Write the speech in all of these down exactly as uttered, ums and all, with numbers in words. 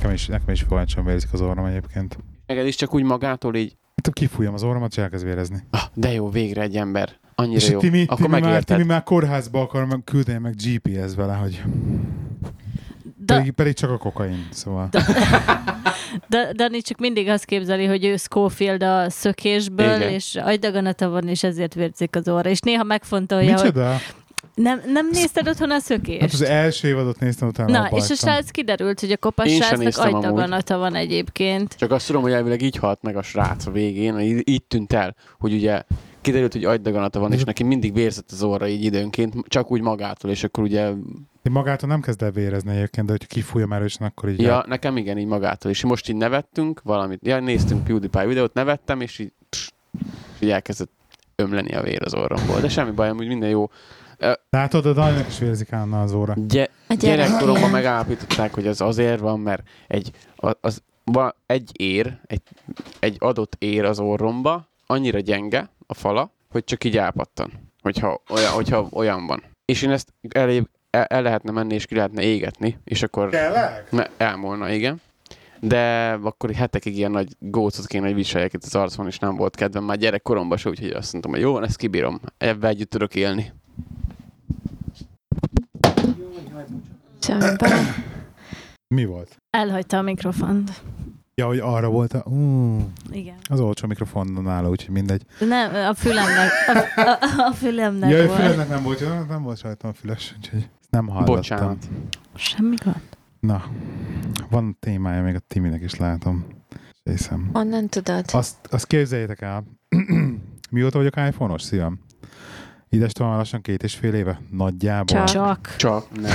Nekem is, nekem is folyamatosan vérzik az orrom egyébként. Neked is csak úgy magától így? Hát kifújom az orromat, és elkezd vérezni. Ah, de jó, végre egy ember. Annyira és jó. Timi, Akkor Timi, már, Timi megérted. már kórházba akar meg küldeni meg gé pé es vele, hogy... Da, pedig, pedig csak a kokain, szóval... da, da, Dani csak mindig azt képzeli, hogy ő Schofield a szökésből, igen. és agydaganata van, és ezért vérzik az orra. És néha megfontolja, Micsoda? hogy nem, nem nézted otthon a szökést? Hát az első évadot néztem, utána Na, abba és a hagytam. srác kiderült, hogy a kopasz Én sem srácnak néztem agydaganata van egyébként. Csak azt tudom, hogy elvileg így halt meg a srác a végén, így, így tűnt el, hogy ugye kiderült, hogy agydaganata van, és neki mindig vérzett az orra így időnként, csak úgy magától, és akkor ugye... Én magától nem kezd el vérezni egyébként, de hogyha kifújom erősen, akkor így... Ja, el... nekem igen, így magától. És most így nevettünk valamit, ja, néztünk PewDiePie videót, nevettem, és így, pss, így elkezdett ömleni a vér az orromból. De semmi baj, amúgy minden jó. Látod, a Dajnak is vérzik állna az óra. Gy- gyerekkoromban megállapították, hogy ez azért van, mert egy, az, az, van egy ér, egy, egy adott ér az orromba, annyira gyenge a fala, hogy csak így elpattan, hogyha olyan, hogyha olyan van. És én ezt el, el, el lehetne menni, és ki lehetne égetni, és akkor ne, elmúlna, igen. De akkor hetekig ilyen nagy gócot kéne, hogy viseljek itt az arcon, és nem volt kedvem már gyerekkoromban se, úgyhogy azt mondtam, hogy jó, ezt kibírom, ebben együtt tudok élni. Semmi. Mi volt? Elhagyta a mikrofont. Ja, hogy arra volt a... Uh, Igen. az olcsó mikrofon nála, úgyhogy mindegy. Nem, a fülemnek, a, a, a fülemnek ja, volt. a fülemnek nem volt, nem, nem volt rajtam a füles, úgyhogy nem hallottam. Bocsánat. Semmi gond. Na, van témája még a Timinek is látom. Hiszem. Onnan tudod? Azt, azt képzeljétek el. Mióta vagyok iPhone-os, szívem? Idestől van lassan két és fél éve? Nagyjából. Csak. Csak. Csak nem.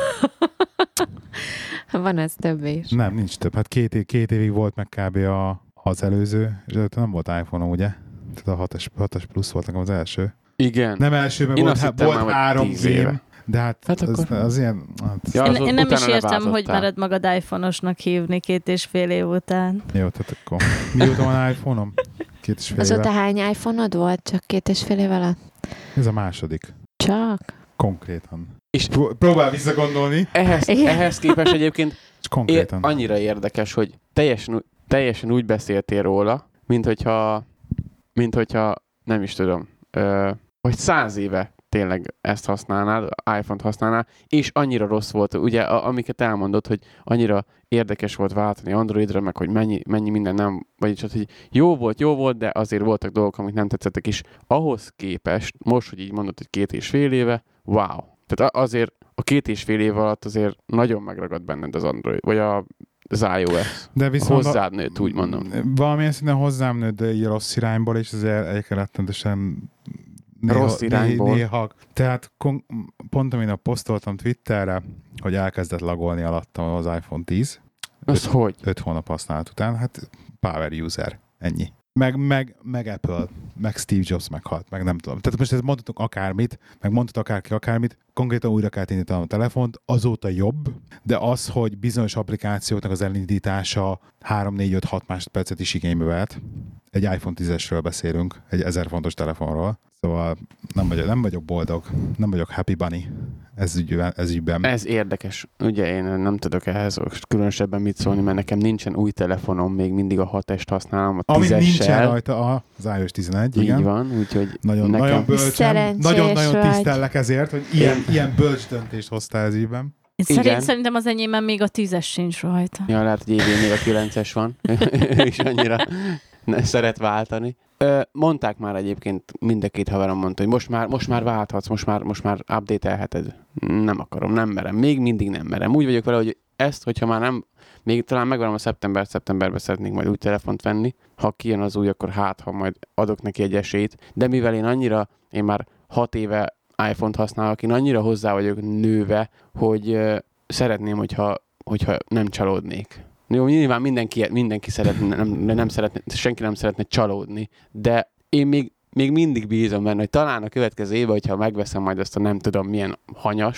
Van ez több is. Nem, nincs több. Hát két, év, két évig volt meg kb. A, az előző, és nem volt iPhone-om, ugye? Tehát a hatos, hatos plusz volt nekem az első. Igen. Nem első, mert Én volt, azt há, hittem volt már, három tíz game, éve. de hát, Hát az, akkor- az ilyen... Hát, Ja, Én, az én nem is utána értem, hogy leváltottál. mered magad iPhone-osnak hívni két és fél év után. jó, tehát akkor... Mióta van iPhone-om? Két és fél Azóta éve. hány iPhone-od volt? Csak két és fél év alatt? Ez a második. Csak? Konkrétan. És Pró- Próbál visszagondolni. ehhez, Igen. ehhez képest egyébként És ér, konkrétan. annyira érdekes, hogy teljesen, ú- teljesen úgy beszéltél róla, mint hogyha, mint hogyha nem is tudom, ö, hogy száz éve tényleg ezt használnád, iPhone-t használnál, és annyira rossz volt, ugye, a, amiket elmondott, hogy annyira érdekes volt váltani Androidra, meg hogy mennyi, mennyi minden nem, vagyis az, hogy jó volt, jó volt, de azért voltak dolgok, amik nem tetszettek, és ahhoz képest, most, hogy így mondod, hogy két és fél éve, wow. Tehát azért a két és fél év alatt azért nagyon megragad benned az Android, vagy a, az iOS. De viszont Hozzád nőtt, úgy mondom. Valamilyen szinten hozzám nőtt, de így rossz irányból, és azért egyébként rettentősen néha, Rossz irányból. Néha, néha. Tehát kon- pont amin posztoltam Twitterre, hogy elkezdett lagolni alattam az iPhone tíz. Az öt, hogy? öt hónap használat után, hát power user, ennyi. Meg, meg, meg Apple, meg Steve Jobs meghalt, meg nem tudom. Tehát most ezt mondhatunk akármit, meg mondhat akárki akármit, konkrétan újra kell indítanom a telefont, azóta jobb, de az, hogy bizonyos applikációknak az elindítása három, négy, öt, hat másodpercet is igénybe vehet. Egy iPhone tízesről beszélünk, egy ezer fontos telefonról. Szóval nem vagyok, nem vagyok boldog, nem vagyok happy bunny ez ügyben. Ez, ügyben. Ez érdekes. Ugye én nem tudok ehhez különösebben mit szólni, mert nekem nincsen új telefonom, még mindig a hatast használom, a Ami nincsen tízessel. rajta az iOS tizenegy, igen. Így van, úgyhogy Nagyon, nekem... nagyon bölcsen, Szerencsés nagyon-nagyon vagy. tisztellek ezért, hogy ilyen, ilyen bölcs döntést hoztál ez ügyben. Én Igen. szerint, szerintem az enyémben még a tízes sincs rajta. Ja, lehet, hogy évén még a kilences van, és annyira ne szeret váltani. Ö, mondták már egyébként, mind a két haverom mondta, hogy most már, most már válthatsz, most már, most már update-elheted. Nem akarom, nem merem, még mindig nem merem. Úgy vagyok vele, hogy ezt, hogyha már nem, még talán megvarom a szeptember, szeptemberben szeretnék majd új telefont venni. Ha kijön az új, akkor hát, ha majd adok neki egy esélyt. De mivel én annyira, én már hat éve iPhone-t használok, én annyira hozzá vagyok nőve, hogy ö, szeretném, hogyha, hogyha nem csalódnék. Jó, nyilván mindenki, mindenki szeretne, nem, nem szeretne, senki nem szeretne csalódni, de én még, még mindig bízom benne, hogy talán a következő évben, hogyha megveszem majd ezt a nem tudom milyen hanyast,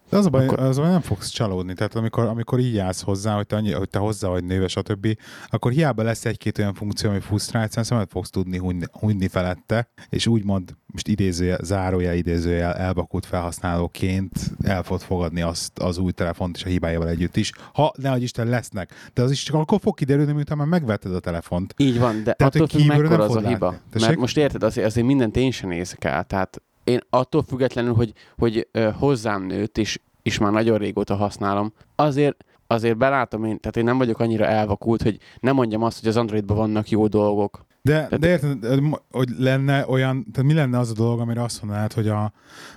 De az a baj, Akkor- az a baj, nem fogsz csalódni. Tehát amikor, amikor így állsz hozzá, hogy te, annyi, hogy te hozzá vagy nőve, stb., akkor hiába lesz egy-két olyan funkció, ami frusztrál, egyszerűen szemet fogsz tudni hunyni, hunyni felette, és úgymond, most idézőjel, zárójel, idézőjel elvakult felhasználóként el fogod fogadni azt az új telefont és a hibájával együtt is. Ha, nehogy Isten lesznek. De az is csak akkor fog kiderülni, miután már megvetted a telefont. Így van, de Tehát, attól hogy függ, kívülről mekkora nem az a fogod hiba. látni. Tessék? Mert most érted, azért, azért mindent én sem nézek el. Tehát én attól függetlenül, hogy, hogy ö, hozzám nőtt, és, és már nagyon régóta használom, azért, azért belátom én, tehát én nem vagyok annyira elvakult, hogy nem mondjam azt, hogy az Androidban vannak jó dolgok. De, Tehát- de érted, hogy lenne olyan, tehát mi lenne az a dolog, amire azt mondanád, hogy a,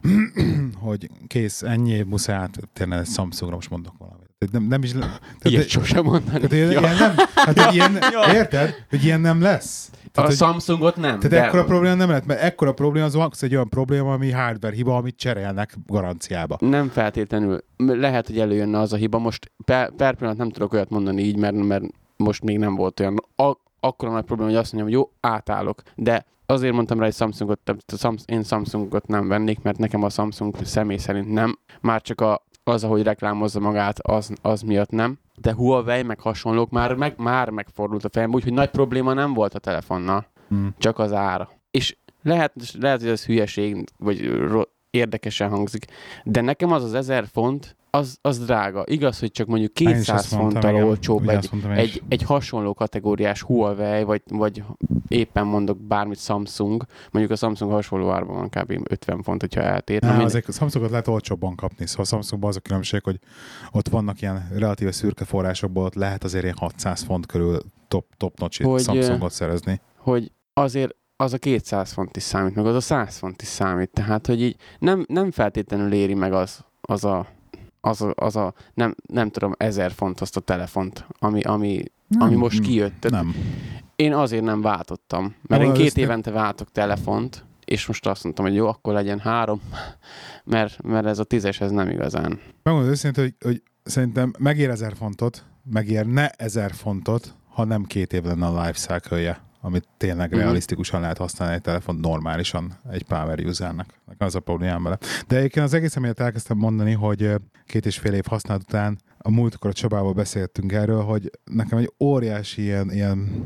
hogy kész, ennyi, muszáj átérni egy Samsungra, most mondok valamit. Tehát Nem, nem is, le- tehát, Ilyet de- sosem mondani. tehát ilyen, Ja. ilyen nem, hát egy ilyen, Ja. érted, hogy ilyen nem lesz. A Tehát, hogy, Samsungot nem. tehát de- ekkora probléma nem lehet, mert ekkora probléma az max egy olyan probléma, ami hardware hiba, amit cserélnek garanciába. Nem feltétlenül. Lehet, hogy előjönne az a hiba. Most per, per pillanat nem tudok olyat mondani így, mert, mert most még nem volt olyan. A, akkora nagy probléma, hogy azt mondjam, hogy jó, átállok. De azért mondtam rá, hogy Samsungot, tehát én Samsungot nem vennék, mert nekem a Samsung személy szerint nem. Már csak a, az, ahogy reklámozza magát, az, az miatt nem. De Huawei meg hasonlók már, meg, már megfordult a fejembe, úgyhogy nagy probléma nem volt a telefonnal. Hmm. Csak az ára. És lehet, lehet hogy ez hülyeség, vagy ro- érdekesen hangzik, de nekem az az ezer font, az, az drága. Igaz, hogy csak mondjuk Én is kétszáz azt mondtam, fonttal igen. olcsóbb Ugye egy, azt mondtam én is. egy, egy hasonló kategóriás Huawei, vagy, vagy éppen mondok bármit Samsung, mondjuk a Samsung hasonló árban van kb. ötven font, hogyha eltér. Nem, Na, azért a Samsungot lehet olcsóbban kapni, szóval a Samsungban az a különbség, hogy ott vannak ilyen relatíve szürke forrásokból, ott lehet azért ilyen hatszáz font körül top, top notch Hogy, Samsungot szerezni. hogy azért az a kétszáz font is számít, meg az a száz font is számít. Tehát, hogy így nem, nem feltétlenül éri meg az, az a, az a, az a nem, nem tudom, ezer font azt a telefont, ami, ami, Nem, ami most kijött. Tehát Nem. én azért nem váltottam, mert Nem, én két ezt- évente váltok telefont, és most azt mondtam, hogy jó, akkor legyen három, mert, mert ez a tízes, ez nem igazán. Megmondom őszintén, hogy, hogy szerintem megér ezer fontot, megérne ezer fontot, ha nem két év lenne a life cycle-je, amit tényleg Mhm. realisztikusan lehet használni egy telefont normálisan egy power usernek. Nekem az a problémám vele. De egyébként az egész miatt elkezdtem mondani, hogy ö, két és fél év használat után a múltkor a Csabával beszéltünk erről, hogy nekem egy óriási ilyen, ilyen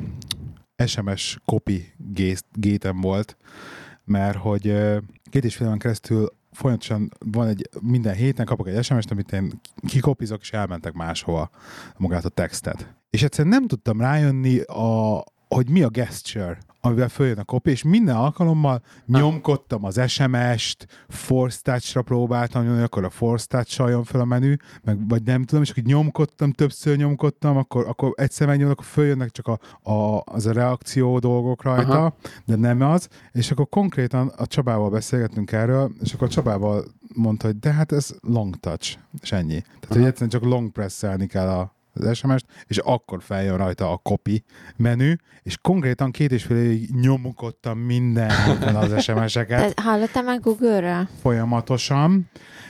es em es copy gé- gétem volt, mert hogy ö, két és fél éven keresztül folyamatosan van egy, minden héten kapok egy es em est, amit én kikopizok, és elmentek máshova magát a textet. És egyszerűen nem tudtam rájönni, a, hogy mi a gesture, amivel följön a copy, és minden alkalommal nyomkodtam az es em est, Force Touch-ra próbáltam nyomni, akkor a Force Touch-sal jön fel a menü, meg, vagy nem tudom, és akkor nyomkodtam, többször nyomkodtam, akkor, akkor egyszer megnyomod, akkor följönnek csak a, a, az a reakció dolgok rajta, Aha. de nem az, és akkor konkrétan a Csabával beszélgettünk erről, és akkor a Csabával mondta, hogy de hát ez long touch, és ennyi. Tehát, hogy egyszerűen csak long press-elni kell a az es em est, és akkor feljön rajta a copy menü, és konkrétan két és fél évig nyomkodtam minden héten az es em eseket Te hallottál már Google-ről? folyamatosan,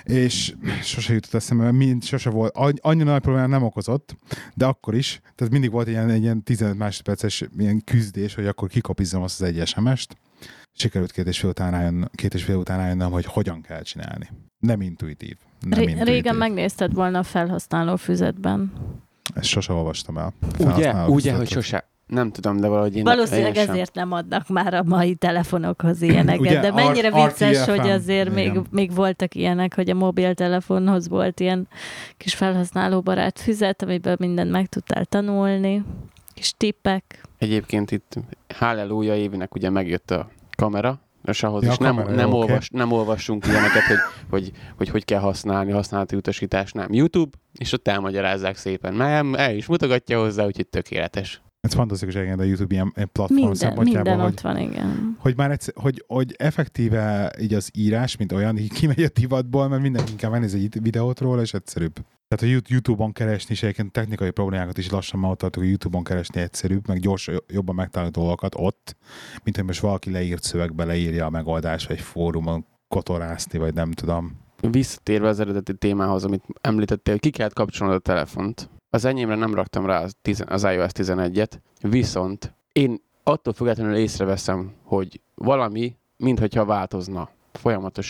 és sose jutott eszembe, mind, sose volt, anny- annyira nagy problémát nem okozott, de akkor is, tehát mindig volt egy ilyen, egy ilyen tizenöt másodperces ilyen küzdés, hogy akkor kikopizzam azt az egy es em est. Sikerült két és fél után rájön, két és fél után rájönnöm, hogy hogyan kell csinálni. Nem intuitív. Nem Ré- intuitív. régen megnézted volna a felhasználó füzetben. Ezt sose olvastam el. Ugye? Felhasználó Ugye, hogy füzetet. sose. Nem tudom, de valahogy én... Valószínűleg én sem. ezért nem adnak már a mai telefonokhoz ilyeneket, Ugye, de mennyire R- vicces, er té ef em, hogy azért még, igen. még voltak ilyenek, hogy a mobiltelefonhoz volt ilyen kis felhasználóbarát füzet, amiből mindent meg tudtál tanulni, kis tippek. Egyébként itt Halleluja évinek ugye megjött a kamera, és ahhoz Ja, is a nem, kamera, nem, jó, oké. olvas, nem olvassunk ilyeneket, hogy, hogy, hogy hogy kell használni, használati utasítás, nem. YouTube, és ott elmagyarázzák szépen. Már el is mutogatja hozzá, úgyhogy tökéletes. Ez fantasztikus egyébként a YouTube ilyen, ilyen platform Minden, szempontjából, minden hogy, ott van, igen. hogy már egyszer, hogy, hogy effektíve így az írás, mint olyan, így kimegy a divatból, mert mindenki inkább megnéz egy videót róla, és egyszerűbb. Tehát a YouTube-on keresni, és egyébként technikai problémákat is lassan már ott tartok, hogy YouTube-on keresni egyszerűbb, meg gyorsan, jobban megtalálni dolgokat ott, mint hogy most valaki leírt szövegbe leírja a megoldást, vagy fórumon kotorászni, vagy nem tudom. Visszatérve az eredeti témához, amit említettél, hogy ki kellett kapcsolnod a telefont. Az enyémre nem raktam rá az, tizen, az iOS tizenegyet, viszont én attól függetlenül észreveszem, hogy valami, minthogyha változna folyamatosan.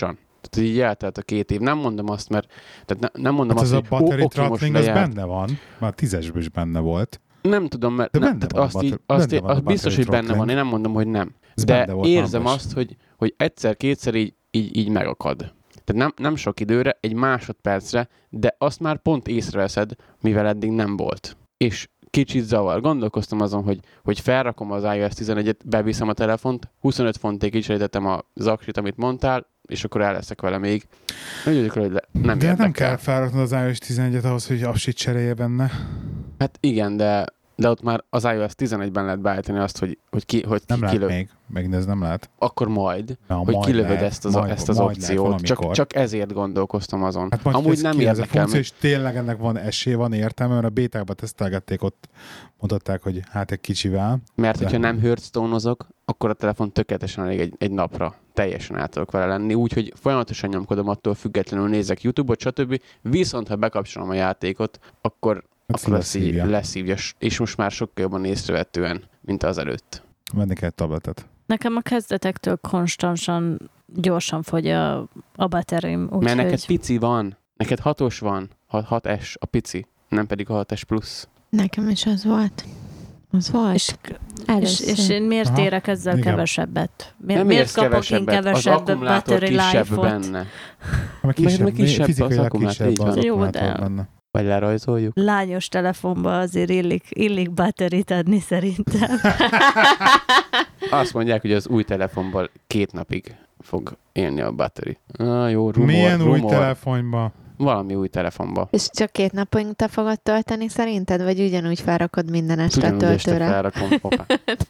Tehát így eltelt a két év. Nem mondom azt, mert tehát ne, nem mondom Hát azt, ez hogy a battery ó, oké, most throttling, az lejárt. benne van. Már a tízesben is benne volt. Nem tudom, mert De ne, benne tehát van a azt, battery- így, azt, benne így, van a azt biztos, battery hogy benne van, throttling. én nem mondom, hogy nem. Ez De benne volt érzem már azt, hogy, hogy egyszer-kétszer így, így, így megakad. Tehát nem, nem sok időre, egy másodpercre, de azt már pont észreveszed, mivel eddig nem volt. És kicsit zavar. Gondolkoztam azon, hogy, hogy felrakom az iOS tizenegyet, beviszem a telefont, huszonöt fontig kicseréltetem a zaksit, amit mondtál, és akkor el leszek vele még. Úgy vagyok, hogy le, nem De érdekel. nem kell felraknod az iOS tizenegyet ahhoz, hogy apsit cserélje benne. Hát igen, de, de ott már az iOS tizenegyben lehet beállítani azt, hogy, hogy, ki, hogy Nem ki, lehet kilöv. még. Még ez nem lehet. Akkor majd, Na, hogy majd kilövöd lehet, ezt az, majd- ezt az majd lehet opciót. Csak, valamikor. csak ezért gondolkoztam azon. Hát majd Amúgy ez nem ki ez a érdekel, funkció, mert, és tényleg ennek van esély, van értelme, mert a bétákban tesztelgették, ott mutatták, hogy hát egy kicsivel. mert de- hogyha nem Hearthstone-ozok, akkor a telefon tökéletesen elég egy, egy napra. Teljesen el tudok vele lenni, úgyhogy folyamatosan nyomkodom, attól függetlenül nézek YouTube-ot, stb. Viszont ha bekapcsolom a játékot, akkor, Hát akkor azt így leszívja. leszívja, és most már sokkal jobban észrevettően, mint az előtt. Venni kell egy tabletet. Nekem a kezdetektől konstansan gyorsan fogy a, a batterim. Mert Úgyhogy neked pici van, neked hatos van, hat es a pici, nem pedig a hat es plusz. Nekem is az volt. Az volt. és, és, Először. és én miért Aha, érek ezzel igen. kevesebbet? Miért, Nem miért érsz kapok én kevesebbet, az kevesebb akkumulátor battery kisebb life-ot? benne. Meg Meg- kisebb, meg kisebb fizikailag az akkumulátor, kisebb így az van. Jó, akkumulátor de- benne. Vagy lerajzoljuk? Lányos telefonba azért illik, illik batterit adni szerintem. Azt mondják, hogy az új telefonból két napig fog élni a battery. Ah, jó, rumor, Milyen új rumor. telefonba? Valami új telefonba. És csak két napig te fogod tölteni szerinted? Vagy ugyanúgy felrakod minden este a Ugyanúgy este töltőre? felrakom. Hoppá.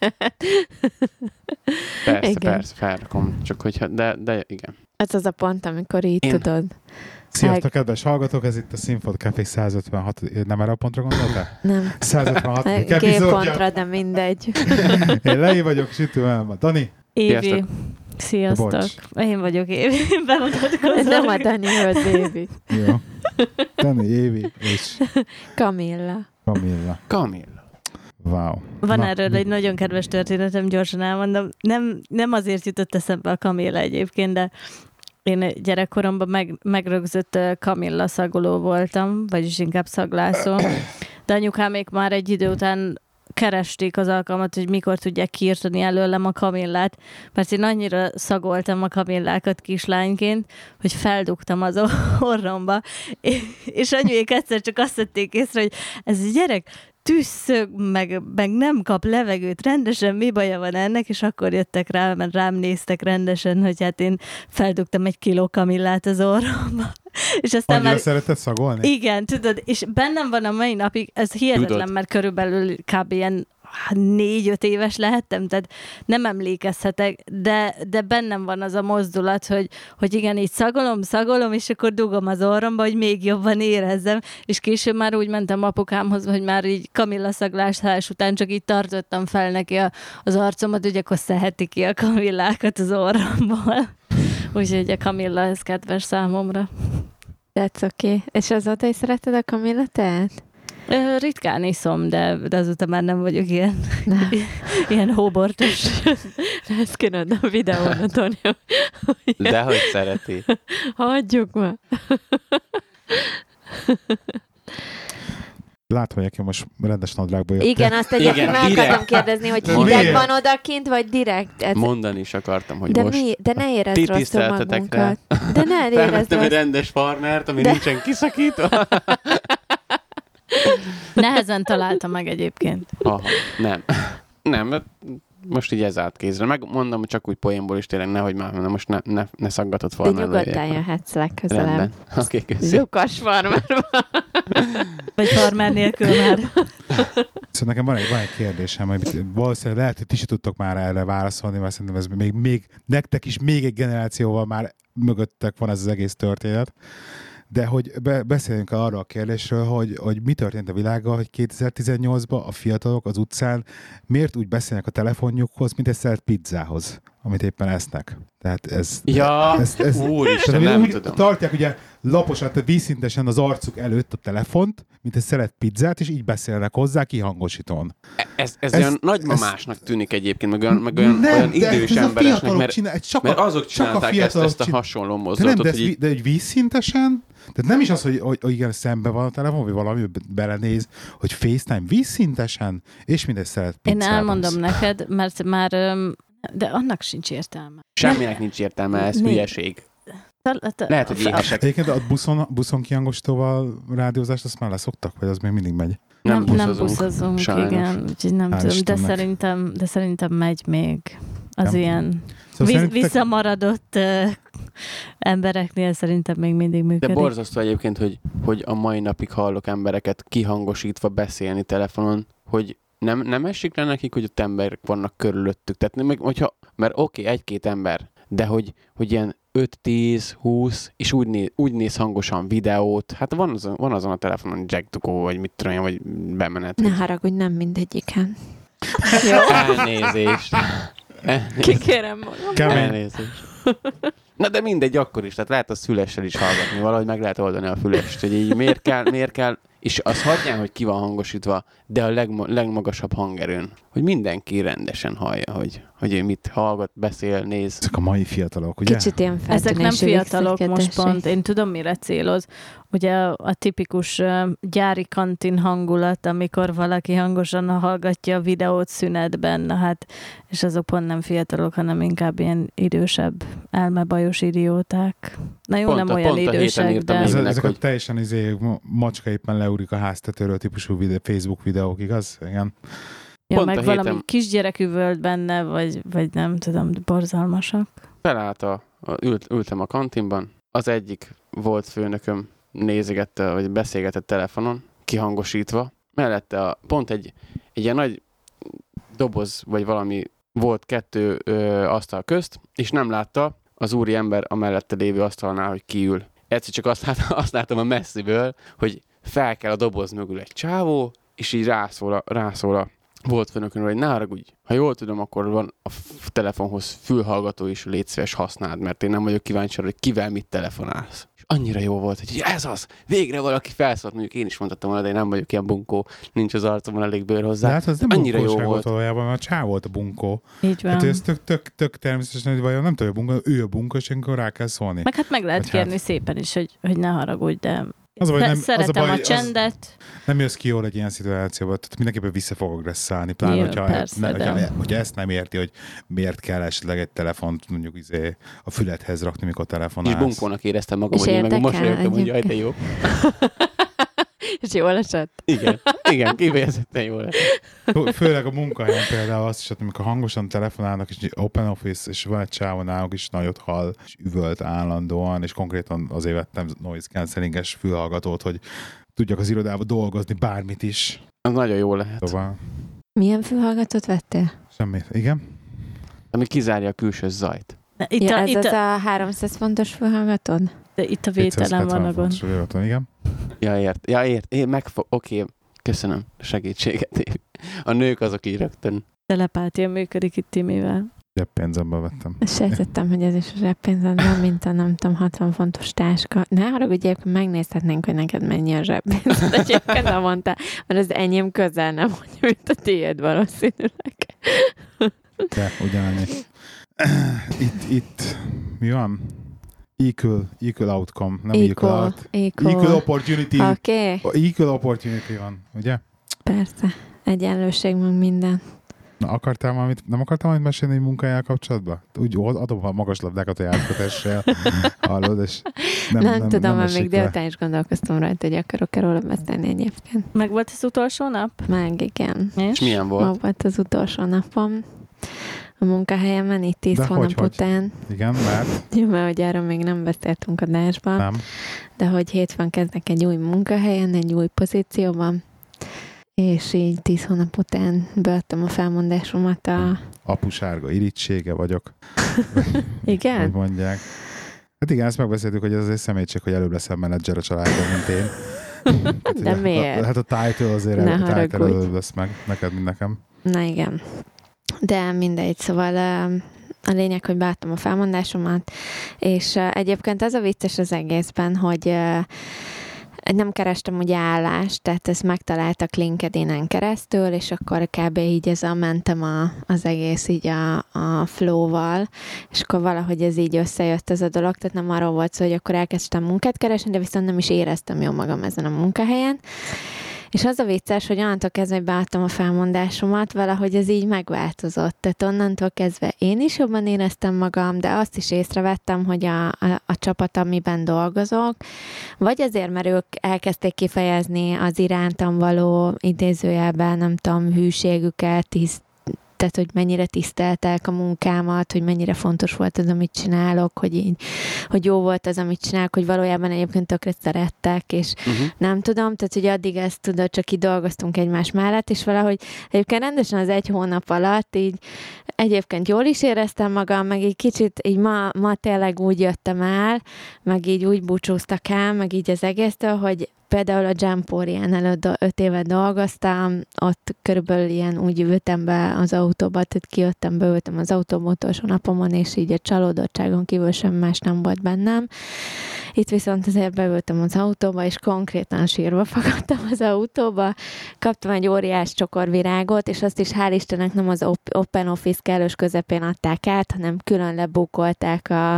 Persze, Igen. persze, felrakom. Csak hogyha, de, de igen. Ez az a pont, amikor így Én- tudod. Sziasztok, kedves hallgatók, ez itt a Színfolt Café százötvenhat, nem erre a pontra gondoltál? Nem. százötvenhat G epizódja. pontra, de mindegy. Én Lei vagyok, sütőelme. Dani? Évi. Sziasztok. Sziasztok. Bocs. Én vagyok Évi. Bemutatkozom. Nem a Dani, hogy Baby. Jó. Dani, Évi és Kamilla. Kamilla. Kamilla. Wow. Van Na, erről egy nagyon kedves történetem, gyorsan elmondom. Nem, nem azért jutott eszembe a Kamilla egyébként, de én gyerekkoromban meg, megrögzött ö, Kamilla szagoló voltam, vagyis inkább szaglászó. De anyukámék már egy idő után keresték az alkalmat, hogy mikor tudják kiirtani előlem a Kamillát, mert én annyira szagoltam a Kamillákat kislányként, hogy feldugtam az orromba, és anyuék egyszer csak azt vették észre, hogy ez a gyerek tüsszög, meg, meg nem kap levegőt rendesen, mi baja van ennek, és akkor jöttek rá, mert rám néztek rendesen, hogy hát én feldugtam egy kiló Kamillát az orromba. És aztán Annyira már... szeretett szagolni? Igen, tudod, és bennem van a mai napig, ez hihetetlen, Tudod. mert körülbelül kb. Ilyen hát négy-öt éves lehettem, tehát nem emlékezhetek, de, de bennem van az a mozdulat, hogy, hogy igen, így szagolom, szagolom, és akkor dugom az orromba, hogy még jobban érezzem, és később már úgy mentem apukámhoz, hogy már így Kamilla szaglásás után csak így tartottam fel neki a, az arcomat, hogy akkor szeheti ki a Kamillákat az orromból. Úgyhogy a Kamilla, ez kedves számomra. That's okay. És azóta is szereted a Kamilla teát? Ö, Ritkán iszom, de, de azóta már nem vagyok ilyen, Nem. ilyen hóbortos. Ezt kéne a videón, Antonio. Dehogy szereti. Hagyjuk már. Látom, hogy aki most rendes nadrágba jött. Igen, azt egyébként Igen, meg direkt. akartam kérdezni, hogy De hideg miért? van odakint, vagy direkt? Ez... Mondani is akartam, hogy De, most mi? De ne érezd ti rosszul tiszteltetek rá. magunkat. De ne érezd felvettem egy rosszul. rendes farmert, ami De- nincsen kiszakítva. Nehezen találta meg egyébként. Aha, nem. Nem, mert most így ez állt kézre. Megmondom, csak úgy poénból is tényleg, nehogy már, na most ne, ne, ne szaggatott De farmer nyugodtan jöhetsz legközelebb. Rendben. Oké, okay, köszönöm. Lukas farmer van. Vagy farmer nélkül már. Szóval nekem van egy, van egy kérdésem, amit valószínűleg lehet, hogy ti is tudtok már erre válaszolni, mert szerintem ez még, még nektek is még egy generációval már mögöttek van ez az egész történet. De hogy be, beszéljünk el arra a kérdésről, hogy, hogy mi történt a világgal, hogy kétezer-tizennyolcban a fiatalok az utcán miért úgy beszélnek a telefonjukhoz, mint egy szeret pizzához. amit éppen esznek. Tehát ez... Ja, ez, ez, úristen, tehát, nem úgy tudom. Tartják ugye laposan, tehát vízszintesen az arcuk előtt a telefont, mint egy szelet pizzát, és így beszélnek hozzá kihangosítón. Ez, ez, Ez- olyan nagymamásnak tűnik egyébként, meg olyan, meg olyan, olyan de idős ez a emberesnek, fiatalok mert, csinál, csak mert a, azok csak a csinálták ezt, fiatalok ezt a csin- hasonló de nem, mozdulatot, de, ez, hogy így, vi- de egy vízszintesen, tehát nem is az, hogy, hogy, hogy igen, szembe van a telefon, vagy valami belenéz, hogy FaceTime vízszintesen, és mindegy szelet Én pizzában. elmondom neked, mert már, öm, de annak sincs értelme. semminek nincs értelme, ez Mi? hülyeség. Te- te- Lehet, hogy éhesek. Egyébként a buszon, buszon kihangosítóval rádiózást azt már leszoktak, vagy az még mindig megy? Nem nem, nem buszozunk, buszozunk, sajnos. igen, úgyhogy nem Hál' tudom, de Istennek. szerintem, de szerintem megy még az Nem. ilyen Szóval Visz, szerintetek- visszamaradott uh, embereknél szerintem még mindig De működik. borzasztó egyébként, hogy, hogy a mai napig hallok embereket kihangosítva beszélni telefonon, hogy nem, nem esik le nekik, hogy ott emberek vannak körülöttük. Tehát nem, meg, hogyha, mert oké, okay, egy-két ember, de hogy, hogy ilyen öt, tíz, húsz, és úgy néz, úgy néz hangosan videót. Hát van azon, van azon a telefonon Jack to go, vagy mit tudom én, vagy bemenet. Ne hogy- haragudj, nem mindegyiken. Elnézést. Elnézést. Kikérem magam. Kemény. Elnézést. Na de mindegy, akkor is, tehát lehet a fülessel is hallgatni, valahogy meg lehet oldani a fülest, hogy így miért kell, miért kell, és az hagyján, hogy ki van hangosítva, de a legma- legmagasabb hangerőn, hogy mindenki rendesen hallja, hogy, hogy ő mit hallgat, beszél, néz. Ezek a mai fiatalok, ugye? Kicsit ilyen Ezek nem feltűnésű fiatalok most visszakötesség. pont, én tudom, mire céloz. Ugye a tipikus uh, gyári kantin hangulat, amikor valaki hangosan hallgatja a videót szünetben, na hát, és azok pont nem fiatalok, hanem inkább ilyen idősebb, elmebajos idióták. Na jó, Pont nem a- olyan pont a héten idősek, írtam de... még Ez, Ennek, ezek hogy- a teljesen izé, ma- macska éppen leúrik a háztetőről típusú videó, Facebook videók, igaz? Igen. Ja, pont meg a valami héten- kisgyerek üvölt benne, vagy, vagy nem tudom, borzalmasak. Felállt a, a ült, ültem a kantinban, az egyik volt főnököm nézegette, vagy beszélgetett telefonon, kihangosítva, mellette a, pont egy, egy ilyen nagy doboz, vagy valami volt kettő ö, asztal közt, és nem látta az úri ember a mellette lévő asztalnál, hogy kiül. Egyszer csak azt, lát, azt látom a messziből, hogy fel kell a doboz mögül egy csávó, és így rászól a, rászól a volt főnökön, hogy ne haragudj, ha jól tudom, akkor van a f- telefonhoz fülhallgató is, légy szíves használd, mert én nem vagyok kíváncsi arra, hogy kivel mit telefonálsz. És annyira jó volt, hogy ez az, végre valaki felszólt, mondjuk én is mondhattam volna, de én nem vagyok ilyen bunkó, nincs az arcomon elég bőr hozzá. De hát az nem annyira jó bunkóság volt. volt valójában, mert a csáv volt a bunkó. Így van. Hát ez tök, tök, tök természetesen, hogy vajon nem tudja, bunga, ő a bunka, és akkor rá kell szólni. Meg hát meg lehet Vagy hát- kérni szépen is, hogy, hogy ne haragudj, de Az a baj, de nem- az a szeretem baj, a az- csendet. Nem jössz ki jól egy ilyen szituációban, tehát mindenképpen vissza fog agresszálni, pláne, Jó, hogyha, persze, ne, de- hogyha, hogyha ezt nem érti, hogy miért kell esetleg egy telefont mondjuk izé, a fülethez rakni, mikor És telefonálsz. bunkónak éreztem magam, És hogy én meg érdekel mosolyogtam, hogy jaj, de egyébként? jó. És jól esett? Igen, igen, kifejezetten jó lett. Fő- Főleg a munkahelyen például azt is, hogy amikor hangosan telefonálnak, és open office, és van egy csávó náluk is nagyot hall, és üvölt állandóan, és konkrétan azért vettem noise cancellinges fülhallgatót, hogy tudjak az irodába dolgozni, bármit is. Az nagyon jó lehet. Szóval Milyen fülhallgatót vettél? semmi. Igen? Ami kizárja a külső zajt. De Itt, Ja, a, ez itt, az a, a háromszáz fontos fülhallgatod? de itt a vételen van a gond. fontos feliratlan, igen. Ja, ért. Ja, ért. Én megfog... Oké, okay. Köszönöm a segítséget. Évi. A nők azok így rögtön. Telepátia működik itt Timivel. Zseppénzemből vettem. Sejtettem, hogy ez is a zseppénzedben, mint a nem tudom, hatvan fontos táska. Ne haragudj, egyébként megnézhetnénk, hogy neked mennyi a zseppénzed. Egyébként nem mondta, mert az enyém közel nem mondja, mint a tiéd valószínűleg. De ugyanannyi. Itt, itt, mi van? Equal, equal outcome, nem equal, Equal, out. equal. Equal opportunity. Oké, okay. Equal opportunity van, ugye? Persze. Egyenlőség meg minden. Na, akartál valamit, nem akartál valamit mesélni munkájával kapcsolatban? Úgy adom a magas labdákat, hogy átkötessél, hallod, és nem, Nem, nem, tudom, nem mert esik még le. délután is gondolkoztam rajta, hogy akarok-e róla beszélni egyébként. Meg volt az utolsó nap? Meg igen. És milyen Ma volt? volt az utolsó napom a munkahelyemen, itt tíz De hónap hogy, hogy? után. Igen, mert Jó, mert hogy erről még nem beszéltünk adásban, nem. de hogy hétfőn kezdek egy új munkahelyen, egy új pozícióban, és így tíz hónap után beadtam a felmondásomat a... Apusárga irítsége vagyok, hogy Igen? mondják. Hát igen, ezt megbeszéltük, hogy ez azért személyiség, hogy előbb leszel menedzser a családban, mint én. Hát, De ugye, miért? A, hát a title azért Ne el, a title haragudj. előbb lesz meg, neked, mint nekem. Na igen. De mindegy, szóval uh, a lényeg, hogy beadtam a felmondásomat, és uh, egyébként az a vicces az egészben, hogy uh, nem kerestem ugye állást, tehát ezt megtaláltak LinkedIn-en keresztül, és akkor kb. Így ez a mentem a, az egész így a, a flow-val, és akkor valahogy ez így összejött ez a dolog, tehát nem arról volt szó, hogy akkor elkezdtem munkát keresni, de viszont nem is éreztem jól magam ezen a munkahelyen. És az a vicces, hogy onnantól kezdve, hogy beadtam a felmondásomat, valahogy ez így megváltozott. Tehát onnantól kezdve én is jobban éreztem magam, de azt is észrevettem, hogy a, a, a csapat, amiben dolgozok, vagy azért, mert ők elkezdték kifejezni az irántam való idézőjelben, nem tudom, hűségüket, tiszt, tehát, hogy mennyire tiszteltek a munkámat, hogy mennyire fontos volt az, amit csinálok, hogy így, hogy jó volt az, amit csinálok, hogy valójában egyébként tökre szerettek, és uh-huh. nem tudom, tehát, hogy addig ezt tudod, csak így dolgoztunk egymás mellett, és valahogy egyébként rendesen az egy hónap alatt így egyébként jól is éreztem magam, meg egy kicsit így ma, ma tényleg úgy jöttem el, meg így úgy búcsúztak el, meg így az egésztől, hogy például a Jemporián előtt öt évet dolgoztam, ott körülbelül ilyen úgy ültem be az autóba, tehát kijöttem, beültem az autóba utolsó napomon, és így a csalódottságon kívül sem más nem volt bennem. Itt viszont azért beültem az autóba, és konkrétan sírva fakadtam az autóba. Kaptam egy óriás csokorvirágot, és azt is hál' Istennek nem az Open Office kellős közepén adták át, hanem külön lebukolták a,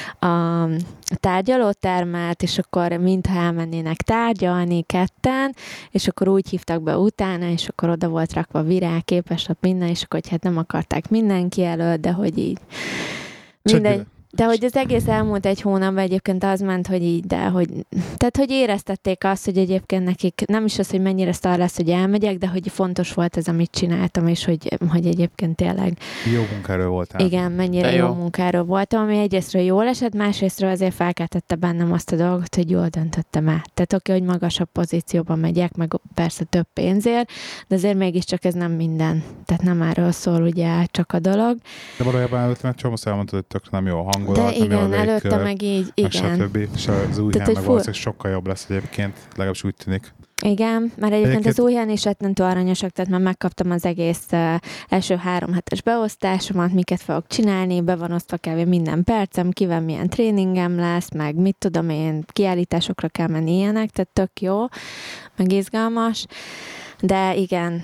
a tárgyalótermet, és akkor mintha elmennének tárgyalni ketten, és akkor úgy hívtak be utána, és akkor oda volt rakva virág, képeslap, minden, és akkor hogy hát nem akarták mindenki előtt, de hogy így mindegy. De hogy az egész elmúlt egy hónapban egyébként az ment, hogy így, de hogy, tehát hogy éreztették azt, hogy egyébként nekik nem is az, hogy mennyire szar lesz, hogy elmegyek, de hogy fontos volt ez, amit csináltam, és hogy, hogy egyébként tényleg... Jó munkáról voltál. Igen, mennyire jó. jó munkáról voltam, ami egyrésztről jól esett, másrésztről azért felkeltette bennem azt a dolgot, hogy jól döntöttem el. Tehát oké, hogy magasabb pozícióban megyek, meg persze több pénzért, de azért mégiscsak ez nem minden. Tehát nem erről szól ugye csak a dolog. De valójában előtte meg csomószor elmondtad, hogy tök nem jó a hangulat, de nem igen, jó a légkör, előtte meg így, igen. stb. És az új helyen meg valószínűleg sokkal jobb lesz egyébként, legalábbis úgy tűnik. Igen, mert egyébként, egyébként... az új helyen is rettentő aranyosak, tehát már megkaptam az egész uh, első három hetes beosztásomat, miket fogok csinálni, be van osztva kb. Minden percem, kivel milyen tréningem lesz, meg mit tudom én, kiállításokra kell menni ilyenek, tehát tök jó, meg izgalmas, de igen,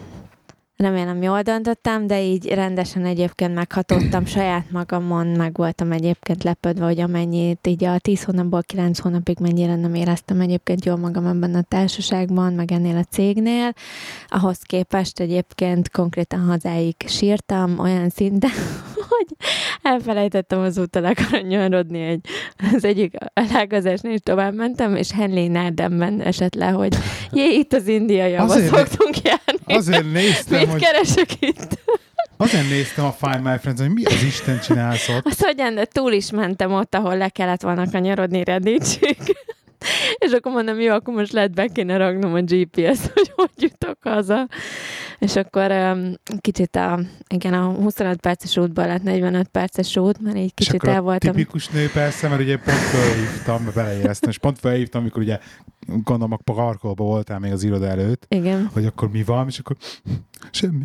remélem jól döntöttem, de így rendesen egyébként meghatottam saját magamon, meg voltam egyébként lepődve, hogy amennyit így a tíz hónapból kilenc hónapig mennyire nem éreztem egyébként jól magam ebben a társaságban, meg ennél a cégnél. Ahhoz képest egyébként konkrétan hazáig sírtam olyan szinten, hogy elfelejtettem az úton akaranyarodni egy, az egyik elágazásnál is tovább mentem, és Henley Nardemben esett le, hogy jé, itt az indiai, ahol szoktunk járni. Azért néztem, mit hogy... keresek itt? Azért néztem a Find My Friends, hogy mi az Isten csinálsz ott. Az hogyan, de túl is mentem ott, ahol le kellett volna kanyarodni Reddicsig. És akkor mondom, jó, akkor most lehet be kéne ragnom a gé pé es-t, hogy hogy jutok haza. És akkor um, kicsit a, igen, a huszonöt perces útból lett negyvenöt perces út, mert így kicsit el voltam. Tipikus nő persze, mert ugye pont felhívtam, beleéreztem, és pont felhívtam, amikor ugye gondolom a parkolóban voltál még az iroda előtt, igen. Hogy akkor mi van, és akkor semmi.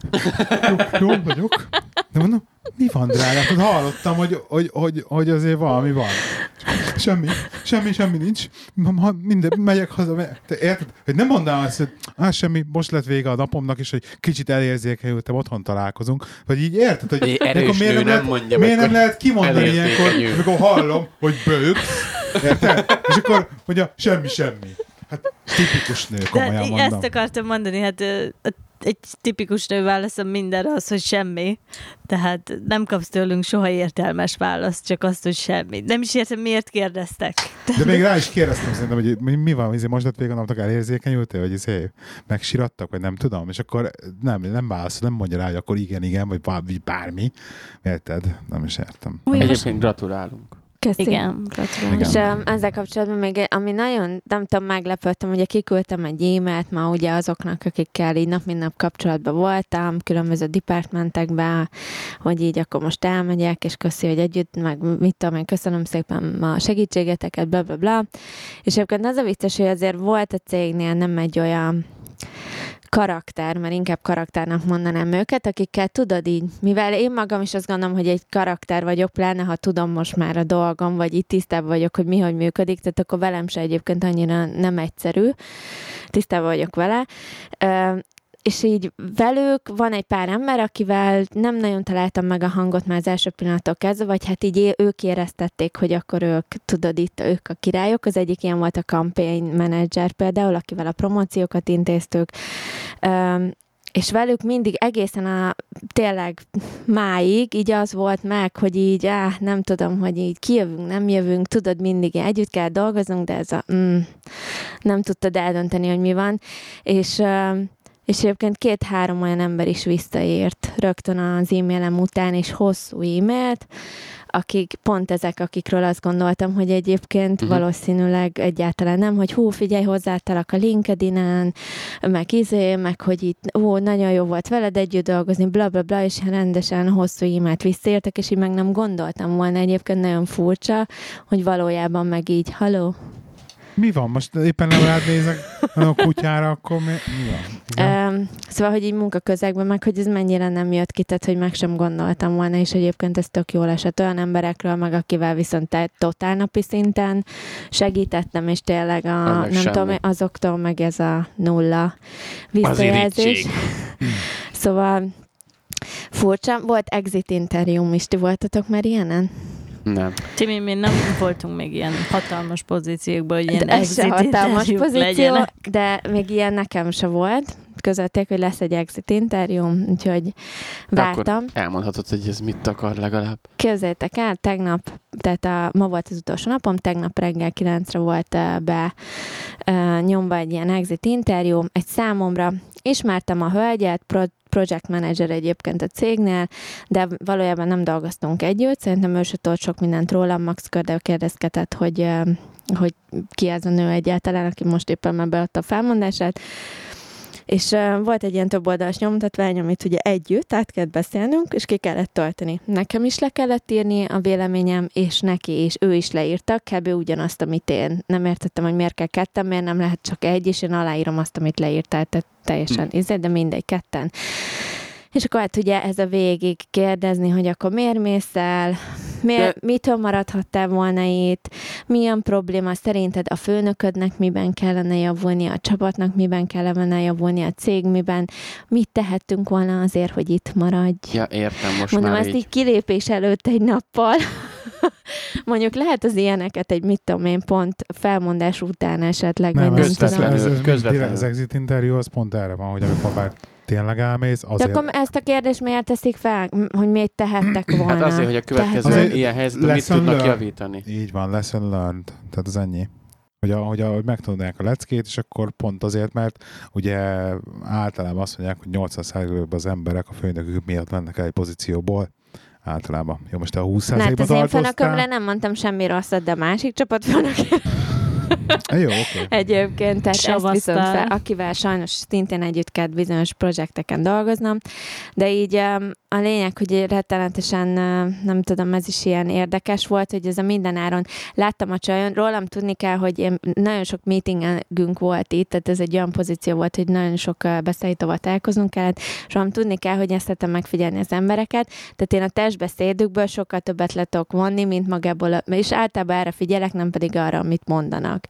Jó, jó vagyok. De mondom, mi van, drágám? Hallottam, hogy, hogy, hogy, hogy azért valami van. Semmi, semmi, semmi nincs. Ha minden, megyek haza. Te érted? Hogy nem mondanám azt, hogy á, semmi, most lett vége a napomnak, és hogy kicsit elérzékenyültem, otthon találkozunk. Vagy így érted, hogy erős miért nem, nem lehet, mondja, miért nem lehet kimondani ilyenkor, amikor hallom, hogy bőgsz, érted? És akkor mondja, semmi, semmi. Hát tipikus nő, komolyan mondom. mondom. Ezt akartam mondani, hát egy tipikus nő válaszom mindenre az, hogy semmi. Tehát nem kapsz tőlünk soha értelmes választ, csak azt, hogy semmi. Nem is értem, miért kérdeztek. De még rá is kérdeztem szerintem, hogy mi, mi van, hogy most lett vége a napnak, elérzékenyültél, vagy izé, megsirattak, vagy nem tudom, és akkor nem, nem válaszol, nem mondja rá, hogy akkor igen, igen, vagy bármi. Érted? Nem is értem. Új, egyébként gratulálunk. Köszi. Igen, gratulálok. És um, ezzel kapcsolatban még, ami nagyon, nem tudom, meglepődtem, ugye kiküldtem egy e-mailt ma ugye azoknak, akikkel így nap mint nap kapcsolatban voltam, különböző departmentekben, hogy így akkor most elmegyek, és köszi, hogy együtt, meg mit tudom én, köszönöm szépen a segítségeteket, bla bla bla. És egyébként az a vicces, hogy azért volt a cégnél nem egy olyan karakter, mert inkább karakternek mondanám őket, akikkel tudod így, mivel én magam is azt gondolom, hogy egy karakter vagyok, pláne ha tudom most már a dolgom, vagy itt tisztában vagyok, hogy mi hogy működik, tehát akkor velem se egyébként annyira nem egyszerű, tisztában vagyok vele. És így velük van egy pár ember, akivel nem nagyon találtam meg a hangot már az első pillanattól kezdve, vagy hát így ők éreztették, hogy akkor ők, tudod, itt ők a királyok. Az egyik ilyen volt a campaign manager például, akivel a promóciókat intéztük, és velük mindig egészen a tényleg máig így az volt meg, hogy így áh, nem tudom, hogy így kijövünk, nem jövünk, tudod, mindig együtt kell dolgoznunk, de ez a mm, nem tudtad eldönteni, hogy mi van, és És egyébként két-három olyan ember is visszaért rögtön az e-mailem után, és hosszú e-mailt, akik pont ezek, akikről azt gondoltam, hogy egyébként uh-huh. valószínűleg egyáltalán nem, hogy hú, figyelj, hozzáálltalak a LinkedIn-en, meg izé, meg hogy itt, ó, nagyon jó volt veled együtt dolgozni, bla, bla, bla, és rendesen hosszú e-mailt visszaértek, és így meg nem gondoltam volna, egyébként nagyon furcsa, hogy valójában meg így, haló? Mi van? Most éppen nem rád nézek a kutyára, akkor mi, mi van? Um, szóval, hogy így munkaközegben meg, hogy ez mennyire nem jött ki, tehát, hogy meg sem gondoltam volna, és egyébként ez tök jól esett olyan emberekről, meg akivel viszont totál napi szinten segítettem, és tényleg a, nem semmi. tudom, azoktól meg ez a nulla visszajelzés. Szóval furcsa. Volt exit interjúm is, ti voltatok már ilyenen? Nem. Timi, mi nem voltunk még ilyen hatalmas pozíciókban, hogy ilyen ez se hatalmas pozíció, legyenek. De még ilyen nekem se volt. Közölték, hogy lesz egy exit interjúm, úgyhogy vártam. Akkor elmondhatod, hogy ez mit akar legalább. Képzeljétek el, tegnap, tehát a, ma volt az utolsó napom, tegnap reggel kilencre volt uh, be uh, nyomva egy ilyen exit interjú, egy számomra. Ismertem a hölgyet, pro, project manager egyébként a cégnél, de valójában nem dolgoztunk együtt, szerintem ő se tudott sok mindent rólam, Max Kördel kérdezgetett, hogy, uh, hogy ki ez a nő egyáltalán, aki most éppen már beadta a felmondását. És uh, volt egy ilyen több oldalas nyomtatvány, amit ugye együtt át kellett beszélnünk, és ki kellett tölteni. Nekem is le kellett írni a véleményem, és neki, és ő is leírta, kb. Ugyanazt, amit én. Nem értettem, hogy miért kell ketten, miért nem lehet csak egy, és én aláírom azt, amit leírtál, tehát teljesen hm. izé, de mindegy, ketten. És akkor hát ugye ez a végig kérdezni, hogy akkor miért mész el, miért, de... mitől maradhattál volna itt, milyen probléma szerinted a főnöködnek miben kellene javulni, a csapatnak miben kellene javulni, a cég miben, mit tehettünk volna azért, hogy itt maradj. Ja, értem, most Mondom, már ezt így. így kilépés előtt egy nappal. Mondjuk lehet az ilyeneket egy, mit tudom én, pont felmondás után esetleg. Nem, nem ez, ez, tudom. ez, ez közvetlenül. Az exit interjú az pont erre van, hogy amikor már tényleg elmész, azért... De akkor ezt a kérdést miért teszik fel, hogy miért tehettek volna? Hát azért, hogy a következő Azért ilyen helyzetben mit tudnak learned. javítani. Így van, lesson learned. Tehát az ennyi. Hogy, a, hogy, a, hogy megtanulják a leckét, és akkor pont azért, mert ugye általában azt mondják, hogy nyolcvan százalékban az emberek a főnökük miatt mennek el egy pozícióból. Általában. Jó, most te a húsz százalékban hát az én tartoztál. főnökömre nem mondtam semmi rosszat, de a másik csapat főnök. Jó, oké. Okay. Egyébként, tehát Savasztál. ezt viszont fel, akivel sajnos szintén együtt kellett bizonyos projekteken dolgoznom, de így a lényeg, hogy rettenetesen, nem tudom, ez is ilyen érdekes volt, hogy ez a mindenáron láttam a csajon, rólam tudni kell, hogy én, nagyon sok meetingünk volt itt, tehát ez egy olyan pozíció volt, hogy nagyon sok beszállítóval találkoznunk kellett, és rólam tudni kell, hogy ezt tettem megfigyelni az embereket, tehát én a testbeszédükből sokkal többet le tudok vonni, mint magából, és általában erre figyelek, nem pedig arra, amit mondanak.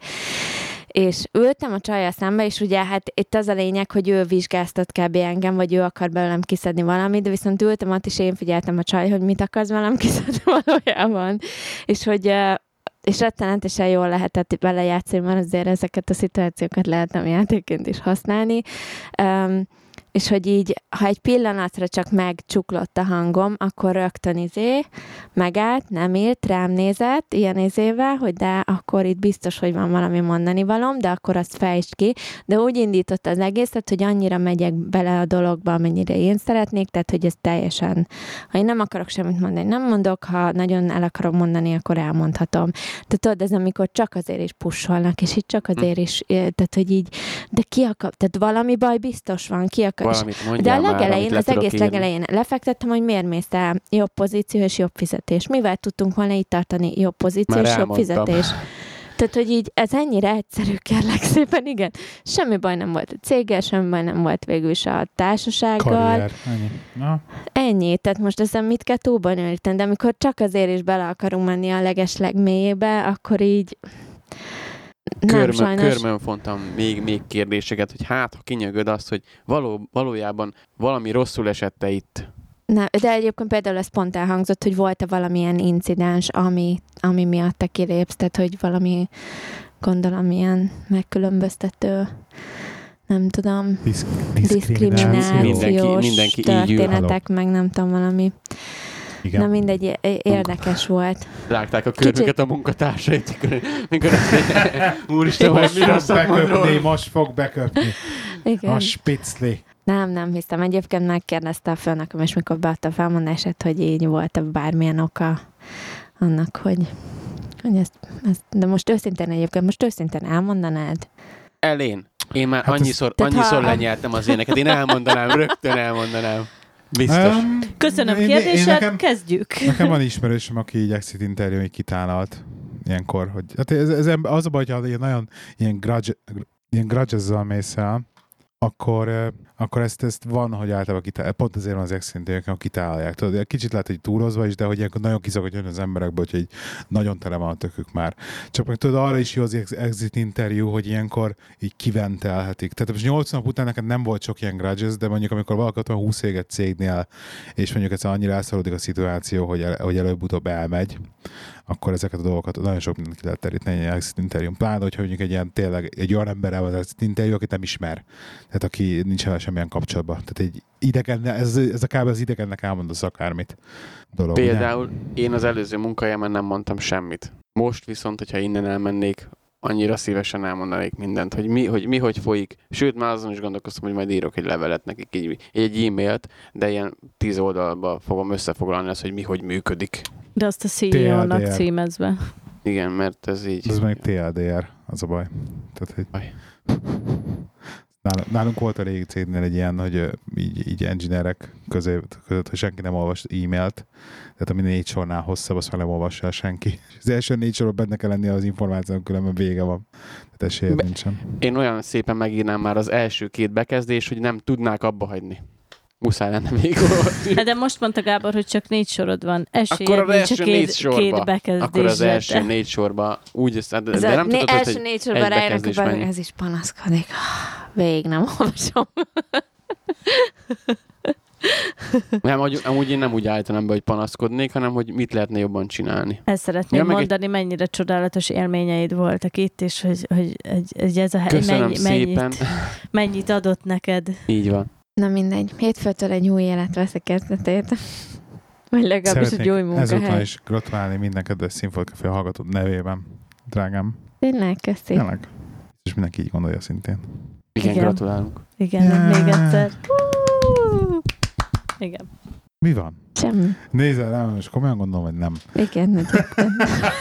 És ültem a csajjal szembe, és ugye hát itt az a lényeg, hogy ő vizsgáztat kb. Engem, vagy ő akar belőlem kiszedni valamit, de viszont ültem ott, és én figyeltem a csaj, hogy mit akarsz velem kiszedni valójában. És hogy és rettenetesen jól lehetett vele játszani, mert azért ezeket a szituációkat lehetne játékként is használni. Um, és hogy így, ha egy pillanatra csak megcsuklott a hangom, akkor rögtön izé, megállt, nem írt, rám nézett, ilyen izével, hogy de akkor itt biztos, hogy van valami mondani valom, de akkor azt fejtsd ki. De úgy indította az egészet, hogy annyira megyek bele a dologba, amennyire én szeretnék, tehát hogy ez teljesen, ha én nem akarok semmit mondani, nem mondok, ha nagyon el akarom mondani, akkor elmondhatom. Tehát tudod, ez amikor csak azért is pusolnak, és itt csak azért is, tehát hogy így, de ki akar, tehát valami baj biztos van, ki akar. De a legelején, az egész írni. legelején lefektettem, hogy miért mész el jobb pozíció és jobb fizetés. Mivel tudtunk volna itt tartani jobb pozíció Már és jobb elmondtam. fizetés? Tehát, hogy így ez ennyire egyszerű, kérlek szépen, igen. Semmi baj nem volt a céggel, semmi baj nem volt végül is a társasággal. Karrier, ennyi. Na. Ennyi, tehát most ezen mit kell túlbonyolítani, de amikor csak azért is bele akarunk menni a legeslegmélyébe, akkor így nem Körmön, sajnos. körmön fontam még, még kérdéseket, hogy hát, ha kinyögöd azt, hogy való, valójában valami rosszul esette itt. Na, de egyébként például ez pont elhangzott, hogy volt-e valamilyen incidens, ami, ami miatt te kilépsz, tehát hogy valami, gondolom, ilyen megkülönböztető, nem tudom, Diszk- diszkriminációs Mindenki- mindenki így ül, történetek, meg nem tudom, valami. Igen. Na mindegy, é- érdekes volt. Rágták a körmüket a munkatársait, mikor, mikor azt mondja, úristen, hogy Most mi fog rosszat mond beköpni, róla. most fog beköpni. Igen. A spicli. Nem, nem hiszem. Egyébként megkérdezte a főnököm, és mikor beadta a felmondását, hogy így volt-e bármilyen oka annak, hogy, hogy ezt, ezt, de most őszintén egyébként, most őszintén elmondanád? Elén. Én már Hát ez- annyiszor, Tehát annyiszor ha- lenyeltem az éneket. Én elmondanám, rögtön elmondanám. Biztos. Um, Köszönöm én- én kérdésed, nekem- kezdjük. Nekem van ismerősöm, aki így exit interjú így kitálalt ilyenkor, hogy hát ez, ez, az a baj, hogy ilyen nagyon ilyen grudge, ilyen grudge-ezzel mész el, akkor, eh, akkor ezt, ezt van, hogy általában kitál, pont ezért van az exit interjú, hogy kitálják. Tudod, kicsit lehet, hogy túlozva is, de hogy ilyenkor nagyon kiszokott jönni az emberekből, hogy nagyon tele van a tökük már. Csak meg tudod, arra is jó az ex- exit interjú, hogy ilyenkor így kiventelhetik. Tehát most nyolc nap után neked nem volt sok ilyen grudges, de mondjuk amikor valaki ott van húsz éget cégnél, és mondjuk egyszer annyira elszorodik a szituáció, hogy, el, hogy előbb-utóbb elmegy, akkor ezeket a dolgokat nagyon sok mindent ki lehet teríteni egy exit interjú. Pláne, hogyha mondjuk egy ilyen tényleg egy olyan emberrel van az exit interjú, akit nem ismer. Tehát aki nincs vele semmilyen kapcsolatban. Tehát egy idegen, ez, ez a kb. Az idegennek elmondasz akármit dolog. Például én az előző munkahelyemen nem mondtam semmit. Most viszont, hogyha innen elmennék, annyira szívesen elmondanék mindent, hogy mi, hogy mi hogy folyik. Sőt, már azon is gondolkoztam, hogy majd írok egy levelet nekik, így, egy e-mailt, de ilyen tíz oldalba fogom összefoglalni azt, hogy mi hogy működik. De azt a cé e ó-nak té el dé er. címezve. Igen, mert ez így... Ez meg té el dé er, az a baj. Tehát, hogy Baj. Nálunk, nálunk volt a régi cégnél egy ilyen, hogy ö, így, így engineerek között, között, hogy senki nem olvas e-mailt, tehát ami négy sornál hosszabb, azt már nem olvassa el senki. Az első négy sorban benne kell lenni az információnak, különben vége van. Tehát esélyed Be- nincsen. Én olyan szépen megírnám már az első két bekezdés, hogy nem tudnák abba hagyni. Muszáj lenne még olvasni. Hát de most mondta Gábor, hogy csak négy sorod van. Esélyed Akkor az nincs első a négy két, sorba. két bekezdésre. Akkor az első de- négy sorba úgy, de, de Ez nem a né- tudod, első hogy négy sorban egy rájönnek, bekezdés hogy mennyi. ez is panaszkodik. Végig nem olvasom. Nem, amúgy, amúgy én nem úgy állítanám be, hogy panaszkodnék, hanem hogy mit lehetne jobban csinálni. Ezt szeretném Ja, meg mondani, mennyire csodálatos élményeid voltak itt, és hogy, hogy, hogy, hogy ez a hely Köszönöm mennyi, szépen. mennyit, mennyit adott neked. Így van. Na mindegy. Hétfőtől egy új élet vesz a kezdetét. Vagy legalábbis egy új ezúttal munkahely. is gratulálni minden kedves Színfolt Café hallgatód nevében, drágám. Tényleg, köszi. Tényleg. És mindenki így gondolja szintén. Igen, Igen. gratulálunk. Igen, Yeah. még egyszer. Hú! Igen. Mi van? Semmi. Nézzel rám, és komolyan gondolom, hogy nem. Igen, egyébként.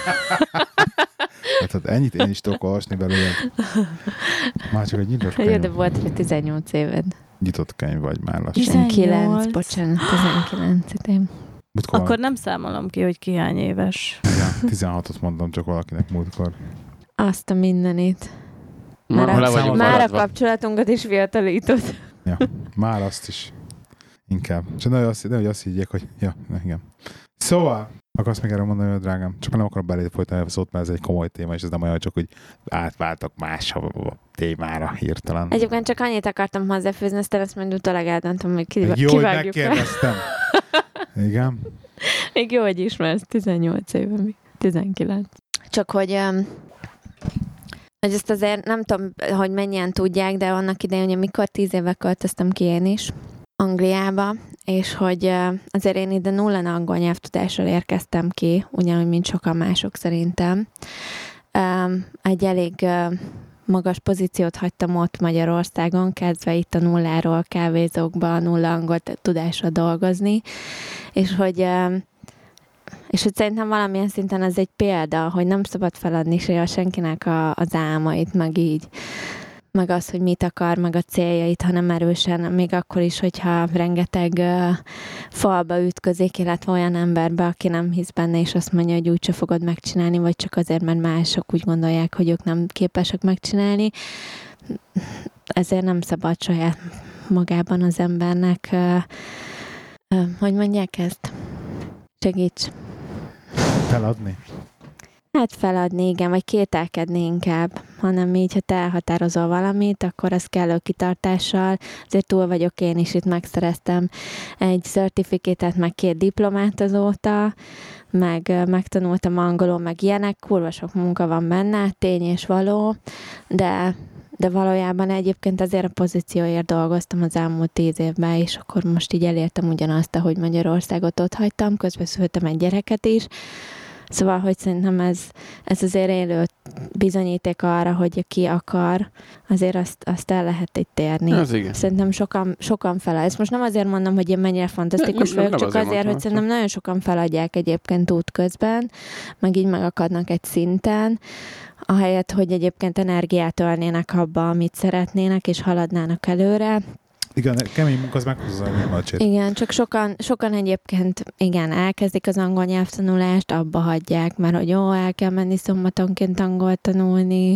Hát ennyit én is tudok olvasni belőle. Már csak egy nyitott Jó, de könyv. volt egy tizennyolc éved. Nyitott könyv vagy már lassan. Tizennyolc. tizenkilenc, bocsánat, tizenkilenc idén. Múltkor, Akkor nem számolom ki, hogy ki hány éves. igen, tizenhatot mondtam csak valakinek múltkor. Azt a mindenit. Már, Már, le a, vagyunk már a maradva. kapcsolatunkat is fiatalított. Ja, már azt is. Inkább. Csak nehogy azt, nehogy azt higgyék, hogy ja, na, igen. Szóval, akarsz még erről mondani, hogy drágám? Csak nem akarom beléd folytani a szót, mert ez egy komoly téma, és ez nem olyan, csak hogy átváltak más témára hirtelen. Egyébként csak annyit akartam hozzáfűzni, aztán ezt majd utólag eldöntöm, hogy kiva- Jó, hogy kivágjuk el. megkérdeztem. Igen. Még jó, hogy ismersz, tizennyolc éve mi. tizenkilenc. Csak hogy, um, hogy ezt azért nem tudom, hogy mennyien tudják, de annak idején, hogy amikor tíz éve költöztem ki én is Angliába, és hogy uh, azért én ide nulla angol nyelvtudással érkeztem ki, ugyanúgy, mint sokan mások szerintem. Um, egy elég uh, magas pozíciót hagytam ott Magyarországon, kezdve itt a nulláról kávézókba a nulla angol tudásra dolgozni, és hogy um, és hogy szerintem valamilyen szinten ez egy példa, hogy nem szabad feladni se senkinek a, az álmait, meg így meg az, hogy mit akar, meg a céljait, hanem erősen, még akkor is, hogyha rengeteg uh, falba ütközik, illetve olyan emberbe, aki nem hisz benne, és azt mondja, hogy úgyse fogod megcsinálni, vagy csak azért, mert mások úgy gondolják, hogy ők nem képesek megcsinálni. Ezért nem szabad saját magában az embernek, uh, uh, hogy mondják ezt? Segíts! Feladni? Hát feladni, igen, vagy kételkedni inkább, hanem így, ha te elhatározol valamit, akkor az kellő kitartással, azért túl vagyok én is, itt megszereztem egy certifikétet, meg két diplomát azóta, meg megtanultam angolul, meg ilyenek, kurva sok munka van benne, tény és való, de, de valójában egyébként azért a pozícióért dolgoztam az elmúlt tíz évben, és akkor most így elértem ugyanazt, ahogy Magyarországot ott hagytam, közben szültem egy gyereket is. Szóval, hogy szerintem ez, ez azért élő bizonyíték arra, hogy ki akar, azért azt, azt el lehet itt térni. Ez igen. Szerintem sokan, sokan felad. Ezt most nem azért mondom, hogy én mennyire fantasztikus nem, vagyok, nem csak azért azért, mondtam, hogy szerintem nagyon sokan feladják egyébként útközben, meg így megakadnak egy szinten, ahelyett, hogy egyébként energiát ölnének abba, amit szeretnének, és haladnának előre. Igen, kemény munka, az meghozza a nyilváncsét. Igen, csak sokan, sokan egyébként, igen, elkezdik az angol nyelvtanulást, abba hagyják, mert hogy jó, el kell menni szombatonként angol tanulni,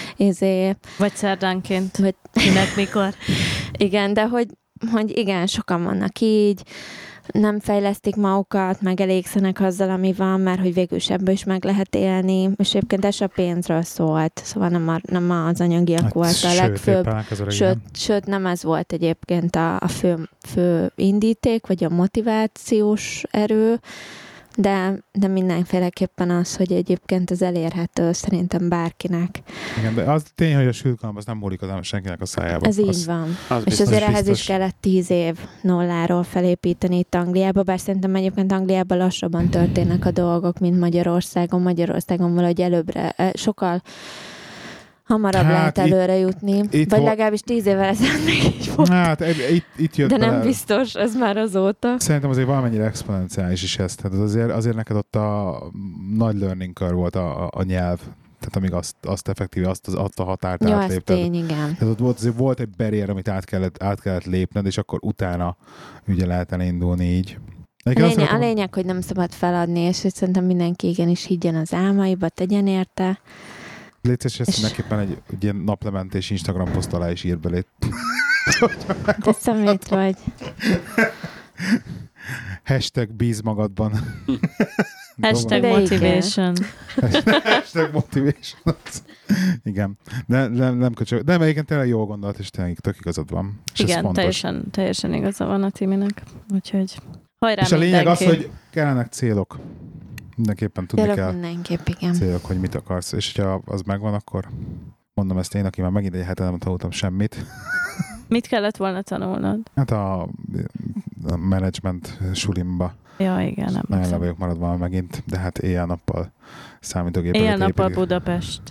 izé. Vagy szerdánként, Vagy... kinek mikor. Igen, de hogy, hogy igen, sokan vannak így, nem fejlesztik magukat, megelégszenek azzal, ami van, mert hogy végül is ebből is meg lehet élni, és egyébként ez a pénzről szólt, szóval nem, a, nem az anyagiak hát, volt a legfőbb, sőt, sőt, nem ez volt egyébként a, a fő, fő indíték, vagy a motivációs erő, de, de mindenféleképpen az, hogy egyébként ez elérhető szerintem bárkinek. Igen, de az tény, hogy a sülkalom az nem múlik az senkinek a szájába. Ez így az, van. Az és azért ehhez is kellett tíz év nulláról felépíteni itt Angliába, bár szerintem egyébként Angliában lassabban történnek a dolgok, mint Magyarországon. Magyarországon valahogy előbbre, sokkal hamarabb hát lehet előre itt, jutni. Itt vagy legalábbis tíz évvel ezelőtt még így volt. Hát itt, itt jött De nem bele. biztos, ez már azóta. Szerintem azért valamennyire exponenciális is ez. Tehát azért, azért neked ott a nagy learning curve volt a, a, a nyelv. Tehát amíg azt, azt effektíve, azt, azt a határt ja, átlépted. Ja, tény, igen. Tehát ott volt, azért volt egy barrier, amit át kellett, át kellett lépned, és akkor utána ugye lehet elindulni így. A lényeg, a lényeg, hogy nem szabad feladni, és hogy szerintem mindenki igenis higgyen az álmaiba, tegyen érte. Légy szíves, ezt mindenképpen egy, egy ilyen naplementés Instagram poszt alá is ír belé. Te szemét vagy. Hashtag bíz magadban. Hashtag motivation. Hashtag motivation. Igen. De nem, nem köcsög. De egyébként tényleg jó gondolat, és tényleg tök igazad van. És igen, teljesen, teljesen igaza van a Timinek. Úgyhogy hajrá és a lényeg mindenki. az, hogy kellenek célok. Mindenképpen tudni Célok kell mindenképp, igen. célok, hogy mit akarsz. És hogyha az megvan, akkor mondom ezt én, aki már megint egy hete nem tanultam semmit. Mit kellett volna tanulnod? Hát a, a management sulimba. Ja, igen, nem. Nagyon le vagyok maradva megint, de hát éjjel-nappal számítógépet Éjjel-nappal Budapest.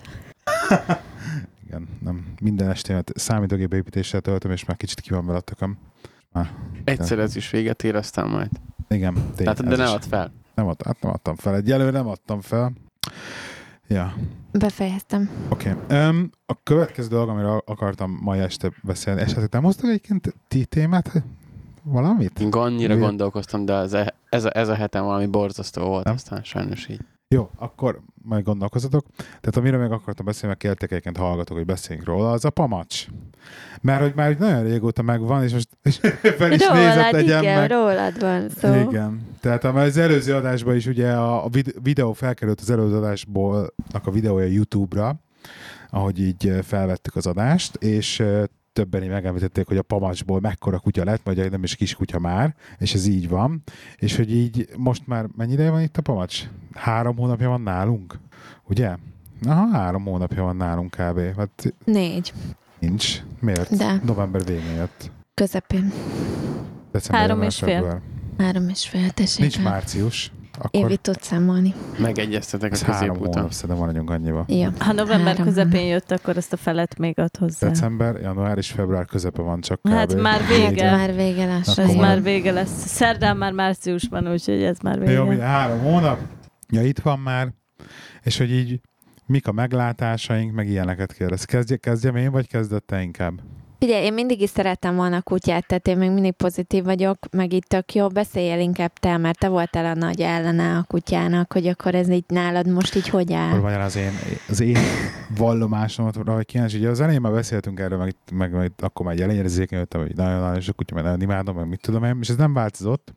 Igen, nem. Minden estémet számítógép építéssel töltöm, és már kicsit ki van vele a tököm. Már. Egyszer ez is véget ér, aztán majd. Igen. Tény, Tehát, de ne add fel. Nem, ad, hát nem adtam fel. Egyelőre nem adtam fel. Ja. Befejeztem. Oké. Okay. Um, a következő dolog, amiről akartam mai este beszélni, esetleg nem hoztak egyébként ti témát? Valamit? Én annyira Mi? gondolkoztam, de ez a, ez, a, ez a hetem valami borzasztó volt, nem? Aztán sajnos így. Jó, akkor majd gondolkozzatok. Tehát amiről meg akartam beszélni, meg kértek egyébként hallgatók, hogy beszéljünk róla, az a pamacs. Mert hogy már nagyon régóta megvan, és most és fel is rólad, nézett legyen igen, meg. rólad van szó. Igen. Tehát az előző adásban is ugye a videó felkerült az előző adásból a videója YouTube-ra, ahogy így felvettük az adást, és többen így megemlítették, hogy a pamacsból mekkora kutya lett, vagy nem is kis kutya már, és ez így van. És hogy így most már mennyi ideje van itt a pamacs? Három hónapja van nálunk? Ugye? Aha, három hónapja van nálunk kb. Hát Négy. nincs. Miért? De. November végén jött. Közepén. December, Három és fél. február. Három és fél, tessék. Nincs március. Akkor Évit tudsz számolni. Megegyeztetek ez a három középúton. hónap, szerintem maradjunk annyiba. Ja. Ha november Három közepén hónap. jött, akkor ezt a felet még ad hozzá. December, január és február közepe van csak kb. Hát már vége. Már vége lesz. Akkor Ez majd- már vége lesz. Szerdán már márciusban, úgyhogy ez már vége. Jó, minden három hónap. Ja, itt van már. És hogy így mik a meglátásaink, meg ilyeneket kérdez. Kezdje, kezdjem én, vagy kezdett te inkább? Figyelj, én mindig is szerettem volna kutyát, tehát én még mindig pozitív vagyok, meg itt tök jó, beszéljél inkább te, mert te voltál a nagy ellene a kutyának, hogy akkor ez így nálad most így hogy áll? Akkor az én, az én vallomásomat, hogy kíváncsi. Ugye az elején már beszéltünk erről, meg, meg, meg akkor már egy elején érzékeny jöttem, hogy nagyon-nagyon sok kutya, mert nagyon imádom, meg mit tudom én, és ez nem változott.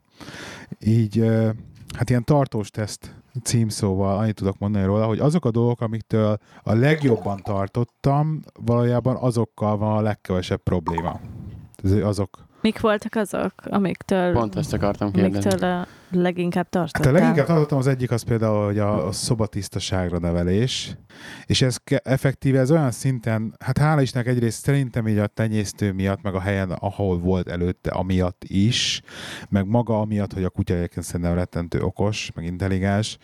Így, hát ilyen tartós teszt címszóval annyit tudok mondani róla, hogy azok a dolgok, amiktől a legjobban tartottam, valójában azokkal van a legkevesebb probléma. Azok. Mik voltak azok, amiktől, Pont ezt akartam kérdezni. amiktől a leginkább tartottál? Hát a leginkább tartottam az egyik az például, hogy a, a szobatisztaságra nevelés, és ez ke- effektíve, ez olyan szinten, hát hála Istennek egyrészt szerintem így a tenyésztő miatt, meg a helyen, ahol volt előtte, amiatt is, meg maga amiatt, hogy a kutya egyébként szerintem rettentő okos, meg intelligens,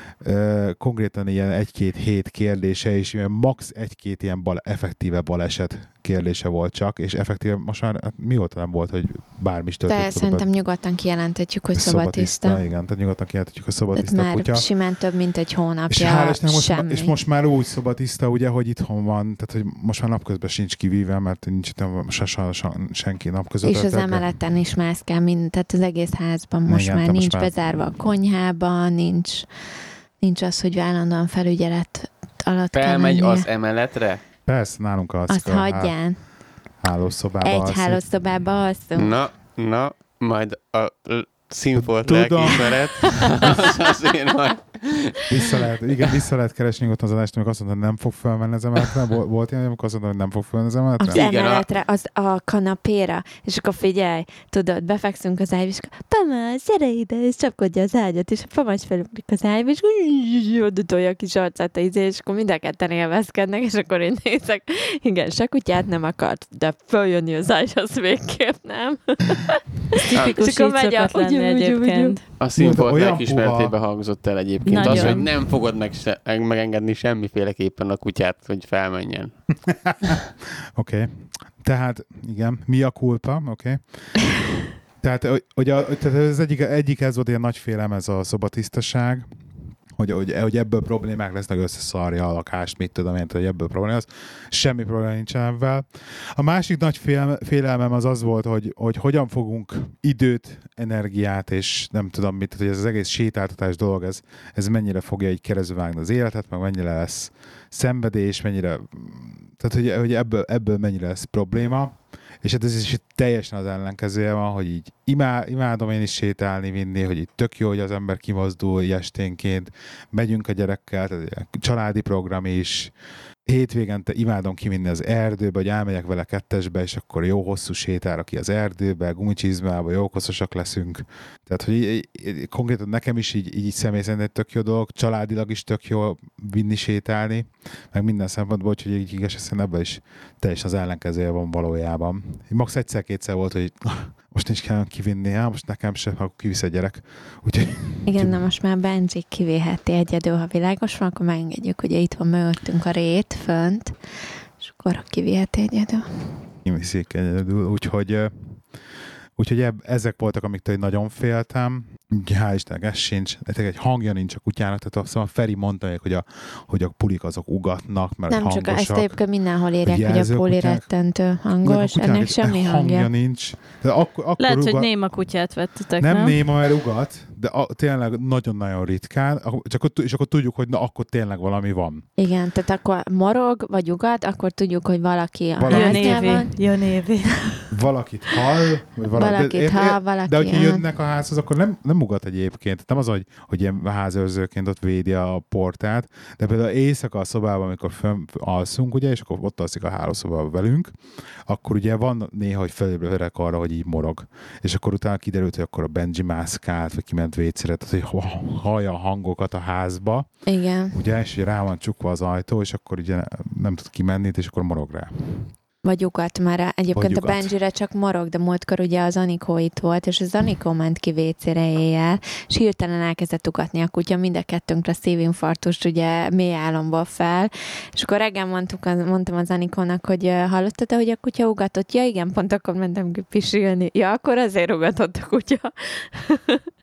Uh, konkrétan ilyen egy-két hét kérdése, és ilyen max egy-két ilyen bal- effektíve baleset kérdése volt csak, és effektíve most már hát mióta nem volt, hogy bármi is történt. De szerintem nyugodtan kijelenthetjük, hogy szobatiszta. Igen, tehát nyugodtan kijelenthetjük, hogy szobatiszta tehát kutya. már simán több, mint egy hónapja, és hál' Istennek most, semmi. és most már úgy szobatiszta, ugye, hogy itthon van, tehát hogy most már napközben sincs kivíve, mert nincs itt se, se, se, senki napközben. És az emeleten is mászkál, mind, tehát az egész házban most igen, már nincs most már... bezárva a konyhában, nincs Nincs az, hogy állandóan felügyelet alatt Felmegy kell az emeletre? Persze, nálunk alszik. Azt hagyján. Hálószobába Egy alszik. hálószobába alszunk. Na, na, majd a színfolt lelkiismeret, az azért majd... Vissza lehet, igen, vissza lehet keresni nyugodtan az adást, amikor azt mondta, hogy nem fog felmenni az emeletre. Volt ilyen, amikor azt mondta, hogy nem fog felmenni az emeletre? Az igen, emeletre, az a kanapéra. És akkor figyelj, tudod, befekszünk az ágyba, és akkor Pama, gyere ide, és csapkodja az ágyat, és a Pama is felugrik az ágyba, és oda tolja a kis arcát a izé, és akkor mind a ketten élvezkednek, és akkor én nézek, igen, se kutyát nem akart, de följönni az ágyhoz végképp nem. Tipikus így szokott lenni egyébként. A színfolt lelkiismeretébe hangzott el egyébként. Nagyon. Az, hogy nem fogod meg se, megengedni semmiféleképpen a kutyát, hogy felmenjen. Oké. Okay. Tehát, igen, mi a kulpa? Oké. Okay. Tehát, hogy, a, tehát ez egyik, egyik ez volt ilyen nagy félelem, ez a szobatisztaság, hogy, hogy, hogy ebből problémák lesznek, összeszarja a lakást, mit tudom én, hogy ebből probléma az. Semmi probléma nincsen ebben. A másik nagy félelme, félelmem az az volt, hogy, hogy hogyan fogunk időt, energiát, és nem tudom mit, hogy ez az egész sétáltatás dolog, ez, ez mennyire fogja így keresztülvágni az életet, meg mennyire lesz szenvedés, mennyire, tehát hogy, hogy ebből, ebből mennyire lesz probléma. És hát ez is teljesen az ellenkezője van, hogy így imá, imádom én is sétálni, vinni, hogy így tök jó, hogy az ember kimozdul így esténként, megyünk a gyerekkel, tehát családi program is, hétvégente imádom kivinni az erdőbe, hogy elmegyek vele kettesbe, és akkor jó hosszú sétára ki az erdőbe, gumicsizmába, jó koszosak leszünk. Tehát, hogy így, így, konkrétan nekem is így, így személy szerint egy tök jó dolog, családilag is tök jó vinni, sétálni, meg minden szempontból, hogy így igazán ebben is teljesen az ellenkezője van valójában. Max egyszer-kétszer volt, hogy most nincs kell kivinni, hát most nekem sem, akkor kivisz egy gyerek. Úgyhogy... Igen, na most már Benji kivéheti egyedül, ha világos van, akkor megengedjük, ugye itt van mögöttünk a rét fönt, és akkor kiviheti egyedül. Kiviszik egyedül, úgyhogy, úgyhogy eb, ezek voltak, amiktől nagyon féltem. Hál' Istennek, ez sincs. Egy hangja nincs a kutyának, tehát szóval Feri mondta, hogy a, hogy a pulik azok ugatnak, mert nem hangosak. Nem csak ezt egyébként mindenhol írják, hogy a puli rettentő hangos, a ennek semmi hangja. hangja nincs. De akkor, akkor Lehet, ugat... hogy néma kutyát vettetek, nem? Nem néma, mert ugat, de a, tényleg nagyon-nagyon ritkán, csak, és akkor tudjuk, hogy na, akkor tényleg valami van. Igen, tehát akkor morog, vagy ugat, akkor tudjuk, hogy valaki a valaki. Jön évi, jön évi. Valakit hall, vagy valaki, valakit de, hall, valaki de hogyha jön. jönnek a házhoz, akkor nem, nem ugat egyébként. Nem az, hogy, hogy ilyen házőrzőként ott védi a portát, de például éjszaka a szobában, amikor fönn alszunk, ugye, és akkor ott alszik a hálószobában velünk, akkor ugye van néha, hogy felébredek arra, hogy így morog. És akkor utána kiderült, hogy akkor a Benji mászkált, vagy kiment vécére, tehát hogy hallja a hangokat a házba. Igen. Ugye, és ugye rá van csukva az ajtó, és akkor ugye nem tud kimenni, és akkor morog rá. Vagy ugat már rá. Egyébként Vagy a Benjire csak morog, de múltkor ugye az Anikó itt volt, és az Anikó ment ki vécére éjjel, és hirtelen elkezdett ugatni a kutya, mind a kettőnkre szívinfarktust ugye mély álomból fel, és akkor reggel mondtuk, mondtam az Anikónak, hogy hallottad, hogy a kutya ugatott? Ja igen, pont akkor mentem pisilni. Ja, akkor azért ugatott a kutya.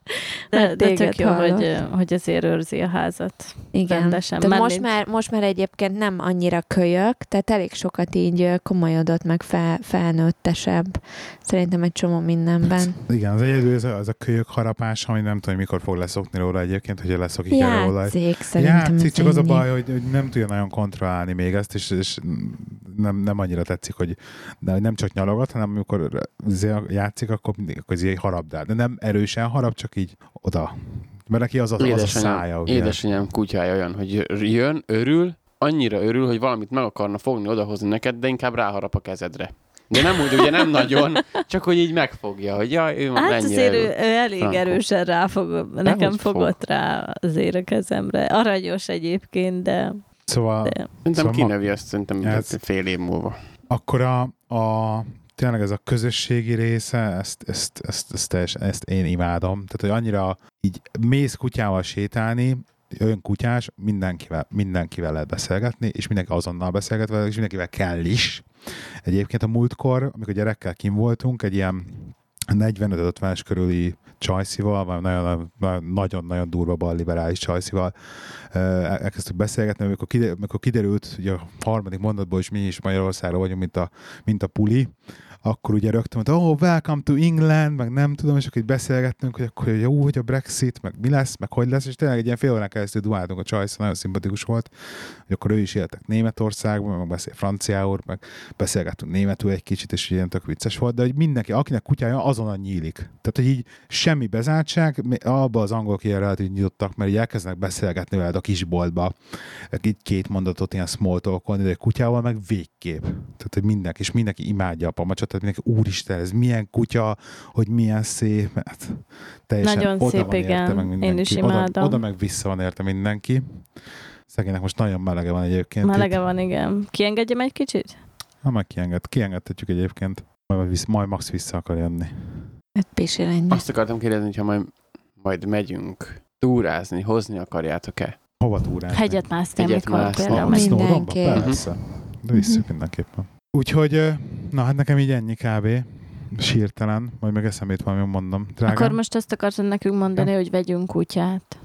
De, de téged tök jó, hallott. hogy, hogy azért őrzi a házat. Igen. Rendesen. Tehát most Mármint- már, most már egyébként nem annyira kölyök, tehát elég sokat így ö, komolyodott, meg fel, felnőttesebb. Szerintem egy csomó mindenben. Igen, az egyedül ez a, az a kölyök harapás, ami nem tudom, mikor fog leszokni róla egyébként, hogyha leszokik erre róla. Játszik, szerintem Játszik, ez csak az a ennyi. baj, hogy, hogy nem tudja nagyon kontrollálni még ezt, és, és nem, nem annyira tetszik, hogy de nem csak nyalogat, hanem amikor játszik, akkor mindig akkor azért harabdál. De nem erősen harap, csak így oda. Mert neki az a, az a Édesanyám, szája. Ugye? édesanyám kutyája olyan, hogy jön, örül, annyira örül, hogy valamit meg akarna fogni, odahozni neked, de inkább ráharap a kezedre. De nem úgy, ugye nem nagyon, csak hogy így megfogja, hogy jaj, ő Hát mennyire azért ő, örül. ő elég Frankó. erősen ráfog, nekem hogy fogott rá azért a kezemre. Aranyos egyébként, de... Szóval de. Szerintem Szóval ma- kinövi azt szerintem Ez- fél év múlva. akkor a, a tényleg ez a közösségi része, ezt, ezt, ezt, ezt, ezt, ezt én imádom. Tehát, hogy annyira így mész kutyával sétálni, olyan kutyás, mindenkivel, mindenkivel lehet beszélgetni, és mindenki azonnal beszélget vele, és mindenkivel kell is. Egyébként a múltkor, amikor gyerekkel kim voltunk, egy ilyen negyvenöt-ötvenes körüli csajszival, vagy nagyon-nagyon durva balliberális csajszival elkezdtük beszélgetni, amikor, kider, amikor kiderült, ugye a harmadik mondatból is mi is Magyarországról vagyunk, mint a, mint a puli, akkor ugye rögtön mondta, oh, welcome to England, meg nem tudom, és akkor így beszélgettünk, hogy akkor jó, hogy a Brexit, meg mi lesz, meg hogy lesz, és tényleg egy ilyen fél órán keresztül duáltunk a csajszal, nagyon szimpatikus volt, hogy akkor ő is éltek Németországban, meg beszél franciául, meg beszélgettünk németül egy kicsit, és ilyen tök vicces volt, de hogy mindenki, akinek kutyája, azonnal nyílik. Tehát, hogy így semmi bezártság, abba az angolok ilyen relatív nyitottak, mert így elkezdenek beszélgetni veled a kisboltba, így két mondatot ilyen small talkolni, de a kutyával meg végképp. Tehát, hogy mindenki, és mindenki imádja a pamacsot, tehát mindenki, úristen, ez milyen kutya, hogy milyen szép, mert teljesen Nagyon oda szép, van érte igen. meg mindenki. Én is Oda, imádom. oda meg vissza van érte mindenki. Szegénynek most nagyon melege van egyébként. Melege itt. van, igen. Kiengedjem egy kicsit? Ha meg kienged, kiengedhetjük egyébként. Majd, visz, majd Max vissza akar jönni. Öt pisilennyi. Azt akartam kérdezni, hogyha majd, majd megyünk túrázni, hozni akarjátok-e? Hova túrázni? Hegyet mászni, Hegyet amikor mászni. például A megy. Snowdonba? Mindenki. Persze. De visszük Mhm. mindenképpen. Úgyhogy, na hát nekem így ennyi kb. Sírtelen, majd meg eszemét valami mondom. Drágám. Akkor most azt akartad nekünk mondani, hogy vegyünk kutyát.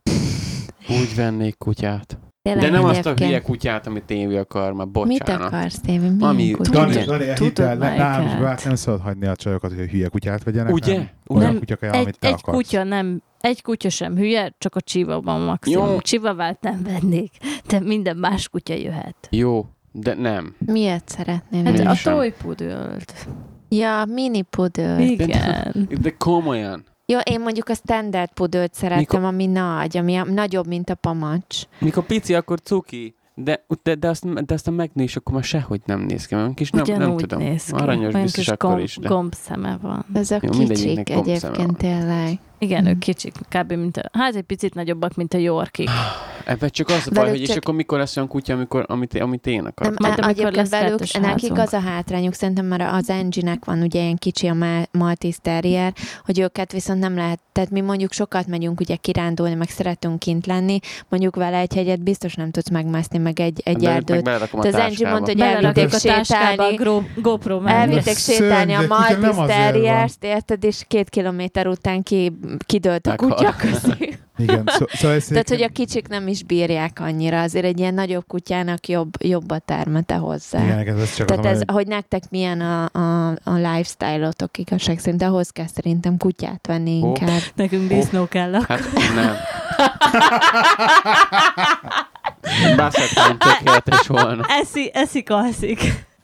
Úgy vennék kutyát. Tényleg De nem azt a egyébként. hülye kutyát, amit Tévi akar, már Mit bocsánat. akarsz, Tévi? Milyen Ami- kutya? Dani, Tudod- Dani, tudod hidd el, ne- nem, melyiket? nem szabad hagyni a csajokat, hogy hülye kutyát vegyenek. Ugye? Nem, Ugye? olyan Nem, kutya kell, Egy, amit te egy akarsz. kutya nem, egy kutya sem hülye, csak a csivában maximum. Jó. Csivavát nem vennék, de minden más kutya jöhet. Jó, de nem. Miért szeretnél? Hát Én a sem. toypudölt. Ja, mini pudöl. Igen. De komolyan. Jó, én mondjuk a standard pudölt szerettem, Mikor- ami nagy, ami a, nagyobb, mint a pamacs. Mikor pici, akkor cuki. De, de, de, azt, de aztán megnő, és akkor már sehogy nem néz ki. Olyan kis, nem, nem Ugyanúgy tudom. néz ki. Aranyos Olyan biztos kis akkor gomb, is. De. gombszeme van. Ezek Jó, kicsik mindegyiknek gombszeme egyébként van. tényleg. Igen, Hmm. ők kicsik, kb. Mint a, hát egy picit nagyobbak, mint a Yorkik. Ebben csak az a baj, Velük hogy és csak- akkor mikor lesz olyan kutya, amikor, amit, amit én akarok. Majd Nem, amikor egyébként lesz velük, kettős nekik házunk. az a hátrányuk, szerintem már az Angie-nek van ugye ilyen kicsi a Ma- Maltese Terrier, hogy őket viszont nem lehet, tehát mi mondjuk sokat megyünk ugye kirándulni, meg szeretünk kint lenni, mondjuk vele egy hegyet biztos nem tudsz megmászni, meg egy, egy Belőtt meg erdőt. belerakom a De az Angie táskába. mondta, hogy Belerakjuk elvitték a táskába a sétálni, Gro- GoPro mellé. elvitték sétálni a Szörnyű, kutya nem Maltese azért van. Terriert, érted, és két kilométer után ki, kidőlt a Meghal. kutya közé. Igen, szó, szóval ez Tehát, hogy a kicsik nem is bírják annyira, azért egy ilyen nagyobb kutyának jobb, jobb a termete hozzá. Igen, ez, ez csak Tehát az, ez, hogy hogy nektek milyen a, a, a lifestyle-otok igazság szerint, ahhoz kell szerintem kutyát venni Ó. inkább. Nekünk disznó kell a Hát nem. Basset Time tökéletes volna. Eszi, eszik, alszik.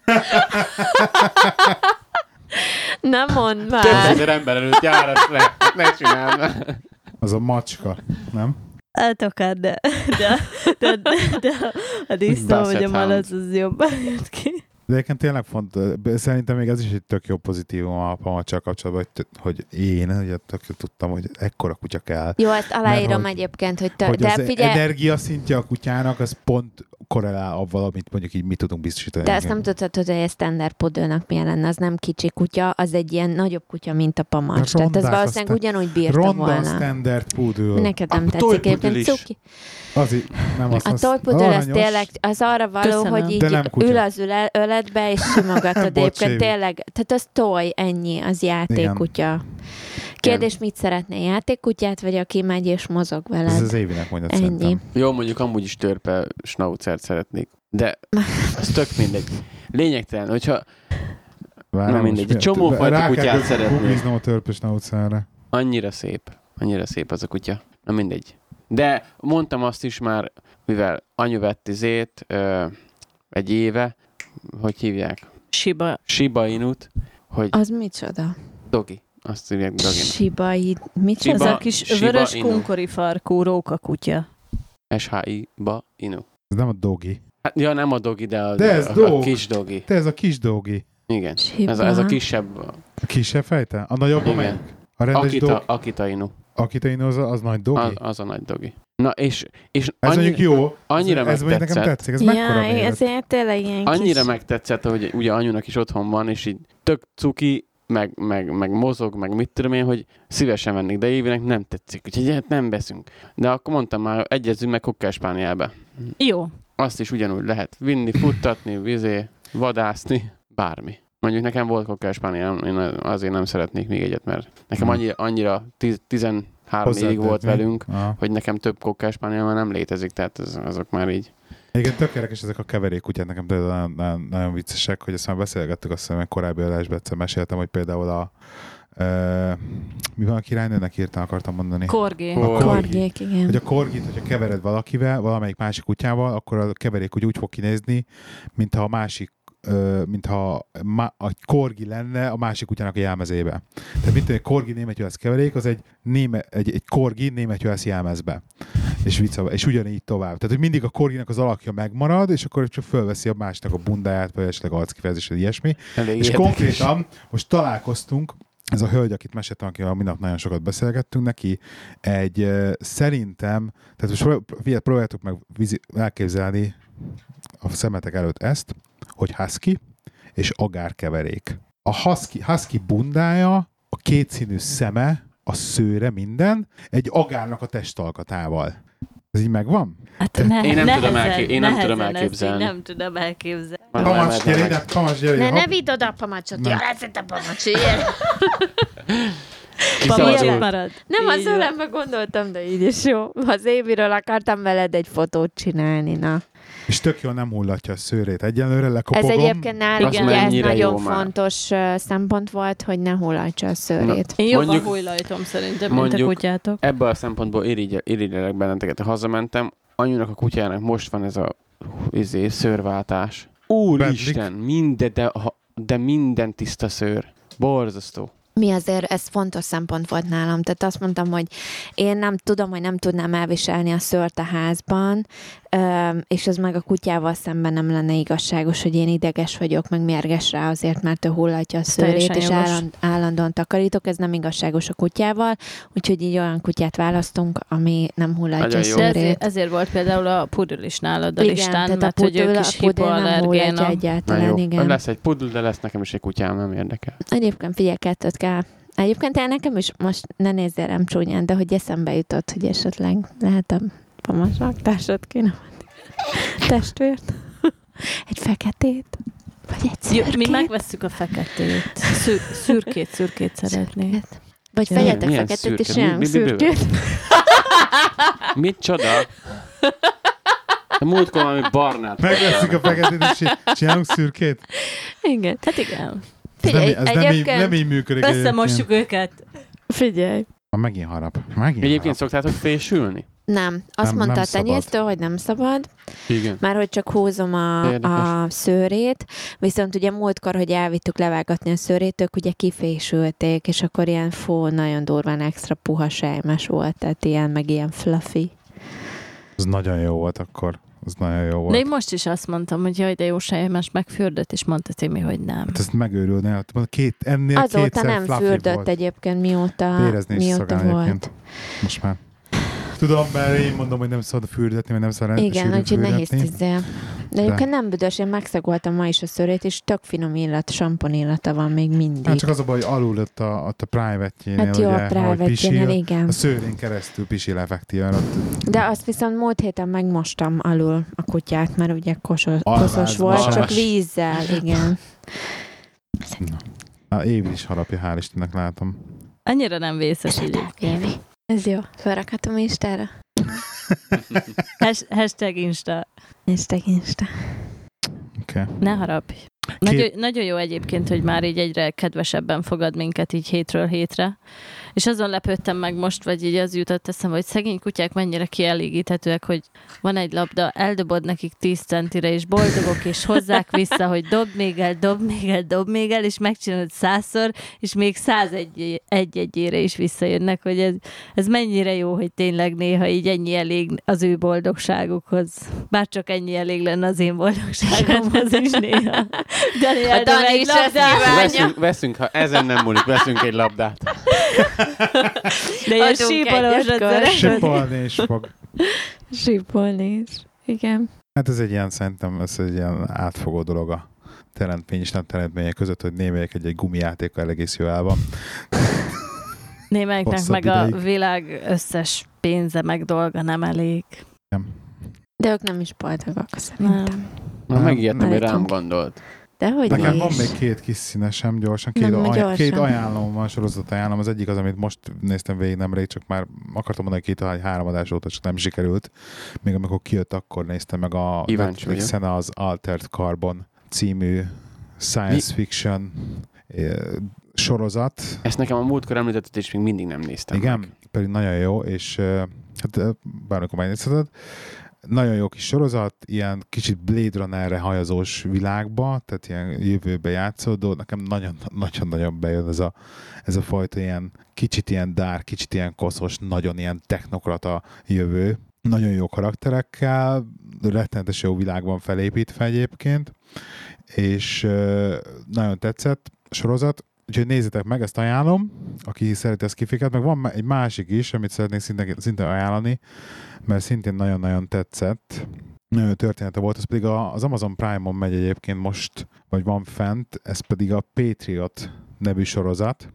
Nem mondd Több már! ezer ember előtt jár, ezt ne, ne csináld már. az a macska, nem? Hát akár, de, de, de, de, de a disznó vagy a Basset malac az jobban jött ki. De egyébként tényleg fontos, szerintem még ez is egy tök jó pozitívum a pamacsal kapcsolatban, hogy, hogy én ugye tök jó tudtam, hogy ekkora kutya kell. Jó, ezt aláírom hogy- egyébként, hogy, te, Hogy de az figyelj, energia szintje a kutyának, az pont korrelál avval, amit mondjuk így mi tudunk biztosítani. de azt nem tudhatod, hogy egy standard pudőnek milyen lenne, az nem kicsi kutya, az egy ilyen nagyobb kutya, mint a pamacs. De Tehát ez rondák, valószínűleg aztán ugyanúgy bírta Ronda volna. standard pudül. Neked nem A tetszik toypudel egyébként, is. cuki. Az így, nem azt A azt- toypudel az aranyos. tényleg, az arra való, Köszönöm. hogy De nem így kutya. ül az üle, öletbe, és simogatod Bocs, egyébként Évi. tényleg. Tehát az toy, ennyi, az játékkutya. Kérdés, mit szeretnél? Játékkutyát, vagy aki megy és mozog veled? Ez az Évinek mondja Ennyi. szerintem. Jó, mondjuk amúgy is törpe schnauzert szeretnék. De ez tök mindegy. Lényegtelen, hogyha Várjál, Na mindegy, egy csomó fajta kutyát szeretnék. Googliznom a törpös naucára. annyira szép, annyira szép az a kutya. Na mindegy. De mondtam azt is már, mivel anyu vett izét ö, egy éve, hogy hívják? Shiba. Shiba Inut, hogy Az micsoda? Dogi. Azt hívják Doginak. Shiba Inu. Micsoda? Ez a kis Shiba vörös Inu. kunkori farkú róka kutya. S H I B A Inu. Ez nem a dogi. Hát, ja, nem a Dogi, de a, De ez a, a dog. kis Dogi. Te ez a kis dogi. Igen. Shiba. Ez a, ez a kisebb. A kisebb fejte? A nagyobb Igen. melyik? A rendes Akita, dog. Akita Inu. Akita Inu az, az nagy dogi? Az, az a nagy Dogi. Na, és, és ez annyi, mondjuk jó. annyira ez, ez mondjuk nekem megtetszett. tetszik. Ez mekkora Ja, méret? ezért tényleg ilyen annyira kis... megtetszett, hogy ugye anyunak is otthon van, és így tök cuki, meg, meg, meg mozog, meg mit tudom én, hogy szívesen vennék, de Évinek nem tetszik, úgyhogy hát nem veszünk. De akkor mondtam már, egyezzünk meg Kokkáspániába. Jó. Azt is ugyanúgy lehet vinni, futtatni, vizé, vadászni, bármi. Mondjuk nekem volt Kokkáspániám, én azért nem szeretnék még egyet, mert nekem annyi, annyira tiz, tizenhárom évig volt Hozzátenni. velünk, Aha. hogy nekem több Kokkáspániám már nem létezik, tehát az, azok már így. Igen, tök érdekes ezek a keverékkutyák, nekem például nagyon, nagyon, nagyon viccesek, hogy ezt már beszélgettük, azt hiszem, hogy korábbi adásban egyszer meséltem, hogy például a uh, mi van a királynőnek írtam, akartam mondani. Korgi. Kor- korgi. Korgyék, igen. Hogy a korgit, hogyha kevered valakivel, valamelyik másik kutyával, akkor a keverék úgy fog kinézni, mintha a másik ö, mintha ma, a korgi lenne a másik kutyának a jelmezébe. Tehát mint egy korgi németjuhász keverék, az egy, néme, egy, egy korgi németjuhász jelmezbe. És, vicca, és ugyanígy tovább. Tehát, hogy mindig a korginak az alakja megmarad, és akkor csak fölveszi a másiknak a bundáját, vagy esetleg arckifejezés, vagy ilyesmi. Elég És érdekes. konkrétan most találkoztunk, ez a hölgy, akit meséltem, akivel minap nagyon sokat beszélgettünk neki, egy uh, szerintem, tehát most pró- figyelj, próbáljátok meg vizi- elképzelni a szemetek előtt ezt, hogy husky és agár keverék. A husky, husky bundája, a kétszínű szeme, a szőre, minden, egy agárnak a testalkatával. Ez így megvan? Hát ne, Én nem nehezen, tudom elké- én nem nehezen tudom ezt elképzelni. így Nem tudom elképzelni. Pamacs, gyere ide, Pamacs, gyere Ne, ide. ne vidd oda a pamacsot. Nem. Ja, lesz itt a pamacs. Ilyen. Pamacs Ilyen. marad. Nem az Így van. ölembe gondoltam, de így is jó. Az Éviről akartam veled egy fotót csinálni, na. És tök jól nem hullatja a szőrét. Egyenlőre Ez lekopogom. egyébként nálunk Igen. ugye ez mennyire nagyon jó már. fontos uh, szempont volt, hogy ne hullatsa a szőrét. Én jobban Mondjuk- hújlajtom szerintem, mint a mondjuk- kutyátok. Ebből a szempontból irigyel- irigyelek benneteket. Hazamentem, anyunak a kutyának most van ez a izé, szőrváltás. Úristen, minden, de, ha- de minden tiszta szőr. Borzasztó. Mi azért, ez fontos szempont volt nálam. Tehát azt mondtam, hogy én nem tudom, hogy nem tudnám elviselni a szőrt a házban, öm, és ez meg a kutyával szemben nem lenne igazságos, hogy én ideges vagyok, meg mérges rá azért, mert ő hullatja a szőrét, Teljesen és jogos. álland, állandóan takarítok. Ez nem igazságos a kutyával, úgyhogy így olyan kutyát választunk, ami nem hullatja Nagyon a jó. De szőrét. ezért, ezért volt például a pudel is nálad a Igen, listán, tehát mert a hogy pudel, ők a is pudel nem hullatja hipoallergéna. Na egyáltalán, jó, igen. lesz egy pudl, de lesz nekem is egy kutyám, nem érdekel. Egyébként figyelj, kettőt kell. Egyébként én nekem is most ne nézzél rám csúnyán, de hogy eszembe jutott, hogy esetleg lehet a pamasnak társat kéne mondani. Testvért. Egy feketét. Vagy egy Jó, szürkét. mi megvesszük a feketét. Szür, szürkét, szürkét szeretnék. Szürkét. Vagy Milyen- vegyetek milyen feketét, és szürke? csinálunk Mi- mi- mi- mi- szürkét. Mit csoda? A múltkor valami barnát. Megveszik a feketét, és csinálunk szürkét. Igen. Hát igen. Ez, nem, Figyelj, ez nem, így, egyébként- nem így működik. Összemossuk őket. Figyelj. Ha megint harap. Megint Egyébként harap. szoktátok fésülni? Nem. Azt Nem- mondta nem a tenyésztő, hogy nem szabad, Igen. már hogy csak húzom a, Érdekes. a szőrét, viszont ugye múltkor, hogy elvittük levágatni a szőrét, ők ugye kifésülték, és akkor ilyen fó, nagyon durván extra puha sejmes volt, tehát ilyen, meg ilyen fluffy. Ez nagyon jó volt akkor. Ez nagyon jó volt. De én most is azt mondtam, hogy jaj, de jó sejmes megfürdött, és mondta Timi, hogy nem. Hát ezt megőrülne. Hát Két, ennél Azóta kétszer nem fluffy fürdött volt. egyébként, mióta, Érezni is mióta szagán volt. egyébként. Most már. Tudom, mert én mondom, hogy nem szabad fürdetni, mert nem szabad Igen, sűrűn úgyhogy nehéz fürdetni. tízzel. De egyébként nem büdös, én megszagoltam ma is a szőrét, és tök finom illat, sampon illata van még mindig. Hát csak az a baj, hogy alul ott a, ott a private-jénél, Hát jó, a ugye, ahogy private-jénél, pisil, igen. a szőrén keresztül pisil effektíven. Ott De azt viszont múlt héten megmostam alul a kutyát, mert ugye kosos, Alvás, koszos volt, alvás. csak vízzel, igen. a Évi is harapja, hál' Istennek látom. Annyira nem vészes egyébként. Ez jó. Felrakhatom Instára. Has- hashtag Insta. Hashtag Insta. Oké. Okay. Ne harapj. Nagyon, nagyon jó egyébként, hogy már így egyre kedvesebben fogad minket így hétről hétre. És azon lepődtem meg most, vagy így az jutott eszembe, hogy szegény kutyák mennyire kielégíthetőek, hogy van egy labda, eldobod nekik tíz centire, és boldogok, és hozzák vissza, hogy dob még el, dob még el, dob még el, és megcsinálod százszor, és még százegy egy-egyére is visszajönnek, hogy ez, ez mennyire jó, hogy tényleg néha így ennyi elég az ő boldogságukhoz. Bár csak ennyi elég lenne az én boldogságomhoz is néha. Dani, a Dani is ezt kívánja. Veszünk, veszünk, ha ezen nem múlik, veszünk egy labdát. De ilyen sípolósat szereted. Sípolni is fog. Sípolni is. Igen. Hát ez egy ilyen, szerintem ez egy ilyen átfogó dolog a teremtmény és nem teremtmények között, hogy némelyek egy, egy gumijátékkal egész jó el van. Némelyiknek Hosszabb meg ideig. a világ összes pénze meg dolga nem elég. Nem. De ők nem is boldogak, szerintem. Na, megijedtem, hogy Nem. rám gondolt. De hogy Nekem is. van még két kis színesem, gyorsan. Két, Nem, aj- gyorsan. két ajánlom van, sorozat ajánlom. Az egyik az, amit most néztem végig nemrég, csak már akartam mondani, két vagy három adás óta, csak nem sikerült. Még amikor kijött, akkor néztem meg a Kíváncsi Netflixen az Altered Carbon című science Mi? fiction eh, sorozat. Ezt nekem a múltkor említetted, és még mindig nem néztem Igen, meg. pedig nagyon jó, és eh, hát eh, bármikor megnézheted. Nagyon jó kis sorozat, ilyen kicsit Blade Runnerre hajazós világba, tehát ilyen jövőbe játszódó. Nekem nagyon-nagyon bejön ez a, ez a fajta ilyen kicsit ilyen dark, kicsit ilyen koszos, nagyon ilyen technokrata jövő. Nagyon jó karakterekkel, rettenetes jó világban felépítve egyébként, és uh, nagyon tetszett a sorozat. Úgyhogy nézzétek meg, ezt ajánlom, aki szereti a skifiket, meg van egy másik is, amit szeretnék szinte, szinte ajánlani, mert szintén nagyon-nagyon tetszett. Nagyon jó története volt, ez pedig az Amazon Prime-on megy egyébként most, vagy van fent, ez pedig a Patriot nevű sorozat,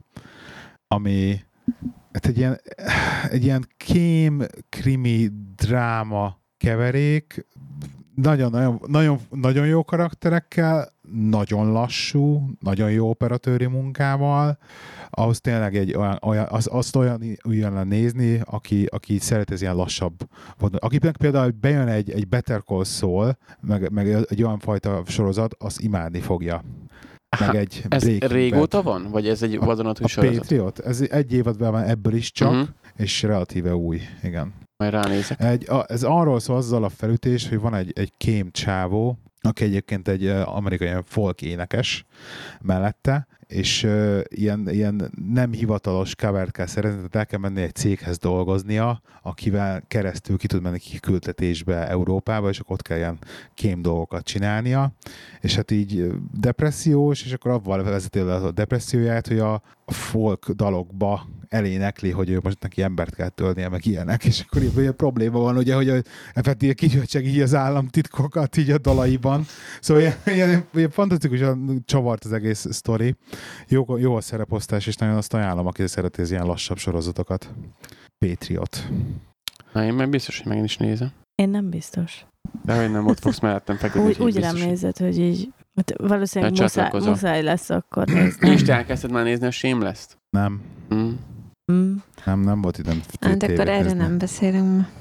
ami hát egy ilyen, egy ilyen kém, krimi, dráma keverék, nagyon, nagyon, nagyon, nagyon jó karakterekkel, nagyon lassú, nagyon jó operatőri munkával, ahhoz tényleg egy olyan, olyan az, azt olyan olyan nézni, aki, aki szeret ez ilyen lassabb. Akinek például bejön egy, egy Better Call Saul, meg, meg egy olyan fajta sorozat, azt imádni fogja. Meg egy Ez Breaking régóta Bad. van? Vagy ez egy A- vadonatúj A sorozat? Patriot? Ez egy évadban van ebből is csak, Uh-huh. és relatíve új, igen. Majd ránézek. Egy, a, ez arról szól azzal a felütés, hogy van egy, egy kém csávó, aki egyébként egy uh, amerikai ilyen folk énekes mellette, és uh, ilyen, ilyen nem hivatalos covert kell szerezni, tehát el kell menni egy céghez dolgoznia, akivel keresztül ki tud menni kiküldetésbe Európába, és akkor ott kell ilyen kém dolgokat csinálnia, és hát így uh, depressziós, és akkor avval vezeti le a depresszióját, hogy a, a folk dalokba elénekli, hogy ő most neki embert kell tölnie, meg ilyenek, és akkor ilyen probléma van, ugye, hogy effektíve kigyöltsek így az államtitkokat így a dalaiban. Szóval ilyen, ilyen, ilyen fantasztikusan csavart az egész sztori. Jó, jó a szereposztás, és nagyon azt ajánlom, aki szereti az ilyen lassabb sorozatokat. Patriot. Na, én meg biztos, hogy meg is nézem. Én nem biztos. De hogy nem, ott fogsz mellettem feküdni. Úgy, úgyhogy úgy rám biztos. nézed, hogy így hát valószínűleg Hát muszáj, csatlakozom. muszáj lesz akkor nézni. És te elkezdted már nézni a Shameless-t? Nem, Mm. Mm. nem, nem volt időm Hát tévét akkor erről nézni. nem beszélünk ma.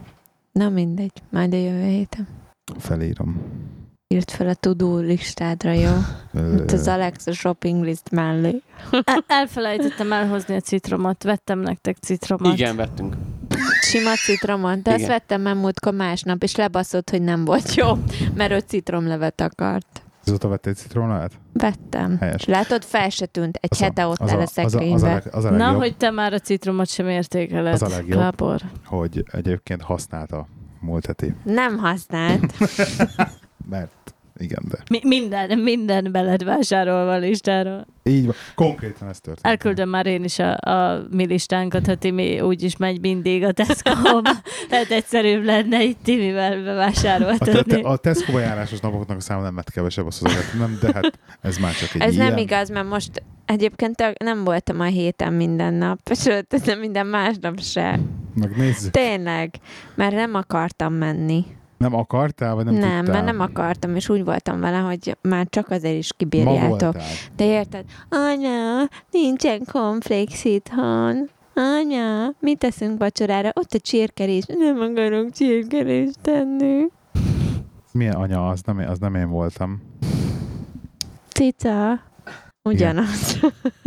Na mindegy, majd a jövő héten. Felírom. Írt fel a to-do listádra, jó? Itt az Alexa shopping list mellé. El- elfelejtettem elhozni a citromot, vettem nektek citromot. Igen, vettünk. Sima citromot, de azt Igen. vettem már múltkor másnap, és lebaszott, hogy nem volt jó, mert ő citromlevet akart. Azóta vettél citrónát? Vettem. Helyes. Látod, fel se tűnt. Egy Az a- hete ott az áll a- a az a- az a szekrénybe. leg- az a Na, legjobb, hogy te már a citromot sem értékeled, Az a legjobb. Gábor. hogy egyébként használta múlt heti. Nem használt. Mert igen, de Mi, minden, minden beled vásárolva a listáról. így van. Konkrétan ez történt. Elküldöm már én is a, a mi listánkat, ha Timi úgyis megy mindig a Tesco-ba. Tehát egyszerűbb lenne itt Timivel A, te, bevásároltatni. te, a Tesco-ba járásos napoknak a száma nem lett kevesebb, azt hozzá, nem, de hát ez már csak egy Ez ilyen. nem igaz, mert most egyébként tök- nem voltam a héten minden nap, sőt, ez nem minden másnap se. Megnézzük. Tényleg, mert nem akartam menni. Nem akartál, vagy nem, Nem, tudtál? mert nem akartam, és úgy voltam vele, hogy már csak azért is Ma kibírjátok. voltál. De érted? Anya, nincsen konflex itthon. Anya, mit teszünk vacsorára? Ott a csirkerés. Nem akarok csirkerést tenni. Milyen anya? Az nem, az nem én voltam. Cica. Ugyanaz.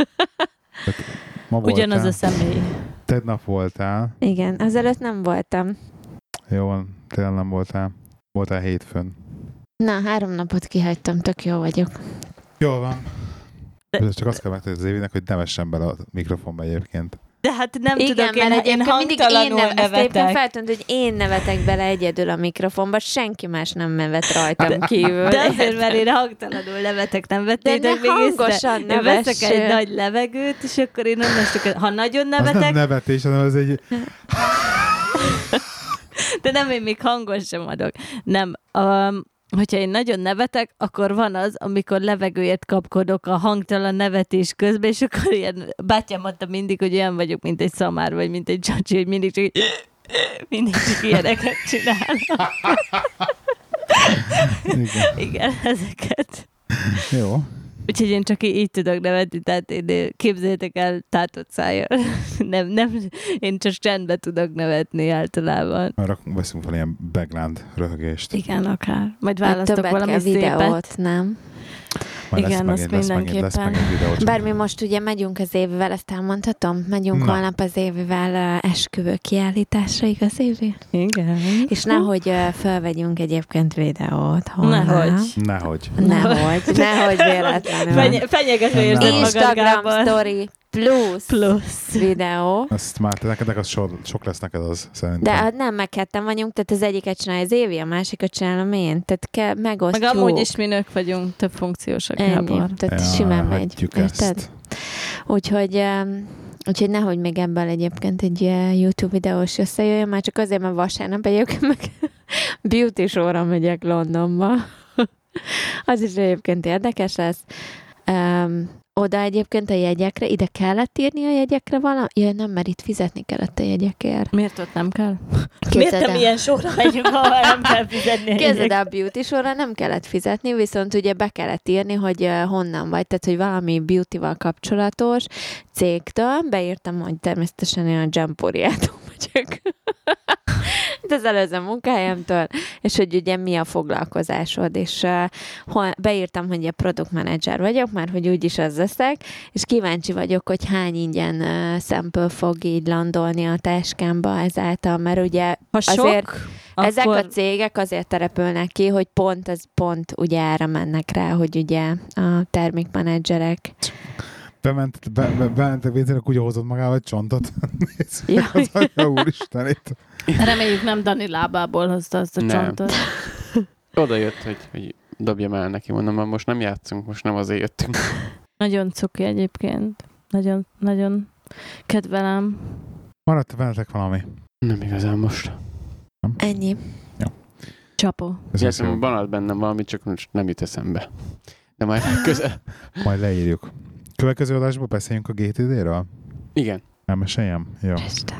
Ma Ugyanaz voltál. a személy. Tegnap voltál. Igen, azelőtt nem voltam. Jó van, tényleg nem voltál. Voltál hétfőn. Na, három napot kihagytam, tök jó vagyok. Jól van. De- Ez csak azt kell megtenni az Évinek, hogy nevessen bele a mikrofonba egyébként. De hát nem Igen, tudok, én, mert én egyébként mindig én hangtalanul nev- ezt egyébként nevetek. feltűnt, hogy én nevetek bele egyedül a mikrofonba, senki más nem nevet rajtam De- kívül. De azért, mert én hangtalanul nevetek, nem De vettétek ne még hangosan észre? Én nevess. veszek egy nagy levegőt, és akkor én onnastól, ha nagyon Az nem nevetek, nevetés, hanem az egy... de nem, én még hangot sem adok. Nem, um, hogyha én nagyon nevetek, akkor van az, amikor levegőért kapkodok a hangtalan nevetés közben, és akkor ilyen, bátyám mondta mindig, hogy olyan vagyok, mint egy szamár, vagy mint egy csacsi, hogy mindig csak mindig csak ilyeneket csinálok. Igen. Igen, ezeket. Jó. Úgyhogy én csak így, így tudok nevetni, tehát én képzeljétek el tátott szájjal. Nem, nem, én csak csendben tudok nevetni általában. Arra veszünk fel ilyen background röhögést. Igen, akár. Majd Hát választok többet valami kell videót, szépet. nem? Majd Igen, lesz azt megint, lesz megint, lesz mindenképpen. megint videó. csak- Bár mi most ugye megyünk az Évivel, ezt elmondhatom? Megyünk Na. holnap az Évivel uh, esküvő kiállításra, igaz Évi? Igen. És nehogy uh, felvegyünk egyébként videót holnap. Nehogy. Nehogy. Nehogy, nehogy véletlenül. Fenye, fenyegető Nem, érzed nem. magad, Instagram Gábor. story plusz, Plusz. videó. Azt már te neked az so, sok lesz neked az, szerintem. De hát nem, meg ketten vagyunk, tehát az egyiket csinálja az Évi, a másikat csinálom én. Tehát kell, megosztjuk. Meg amúgy is mi nők vagyunk, több funkciósak, Ennyi. Gábor. Tehát Ja, simán megy. hagyjuk Érted? ezt. Úgyhogy, um, úgyhogy nehogy még ebből egyébként egy uh, YouTube videós összejöjjön, már csak azért, mert vasárnap egyébként meg beauty showra megyek Londonba. Az is egyébként érdekes lesz. Um, oda egyébként a jegyekre, ide kellett írni a jegyekre valami? Ja, nem, mert itt fizetni kellett a jegyekért. Miért ott nem kell? Miért Képzeld nem el. ilyen sorra megyünk, ahol nem kell fizetni? Képzeld el, a beauty sorra nem kellett fizetni, viszont ugye be kellett írni, hogy uh, honnan vagy, tehát hogy valami beauty-val kapcsolatos cégtől, beírtam, hogy természetesen én a Jamporiától vagyok. De az előző munkájámtól, és hogy ugye mi a foglalkozásod, és uh, hol, beírtam, hogy a product manager vagyok, már hogy úgyis az leszek, és kíváncsi vagyok, hogy hány ingyen uh, sample fog így landolni a táskámba ezáltal, mert ugye Ha sok, azért akkor... ezek a cégek azért terepülnek ki, hogy pont az pont ugye erre mennek rá, hogy ugye a termékmenedzserek. Bement, be, be, bementek vécére, kutya hozott magával egy csontot. Nézd, Ja. az atya úristen itt. Reméljük nem Dani lábából hozta azt a Nem. csontot. Oda jött, hogy, hogy dobjam el neki, mondom, már most nem játszunk, most nem azért jöttünk. Nagyon cuki egyébként. Nagyon, nagyon kedvelem. Maradt veletek valami? Nem igazán most. Ennyi. Csapó. Ez Értem, jó. van bennem valami, csak most nem jut eszembe. De majd közel. Majd leírjuk. Következő adásban beszéljünk a gé té dé-ről? Igen. Nem meséljem? Jó. Isten.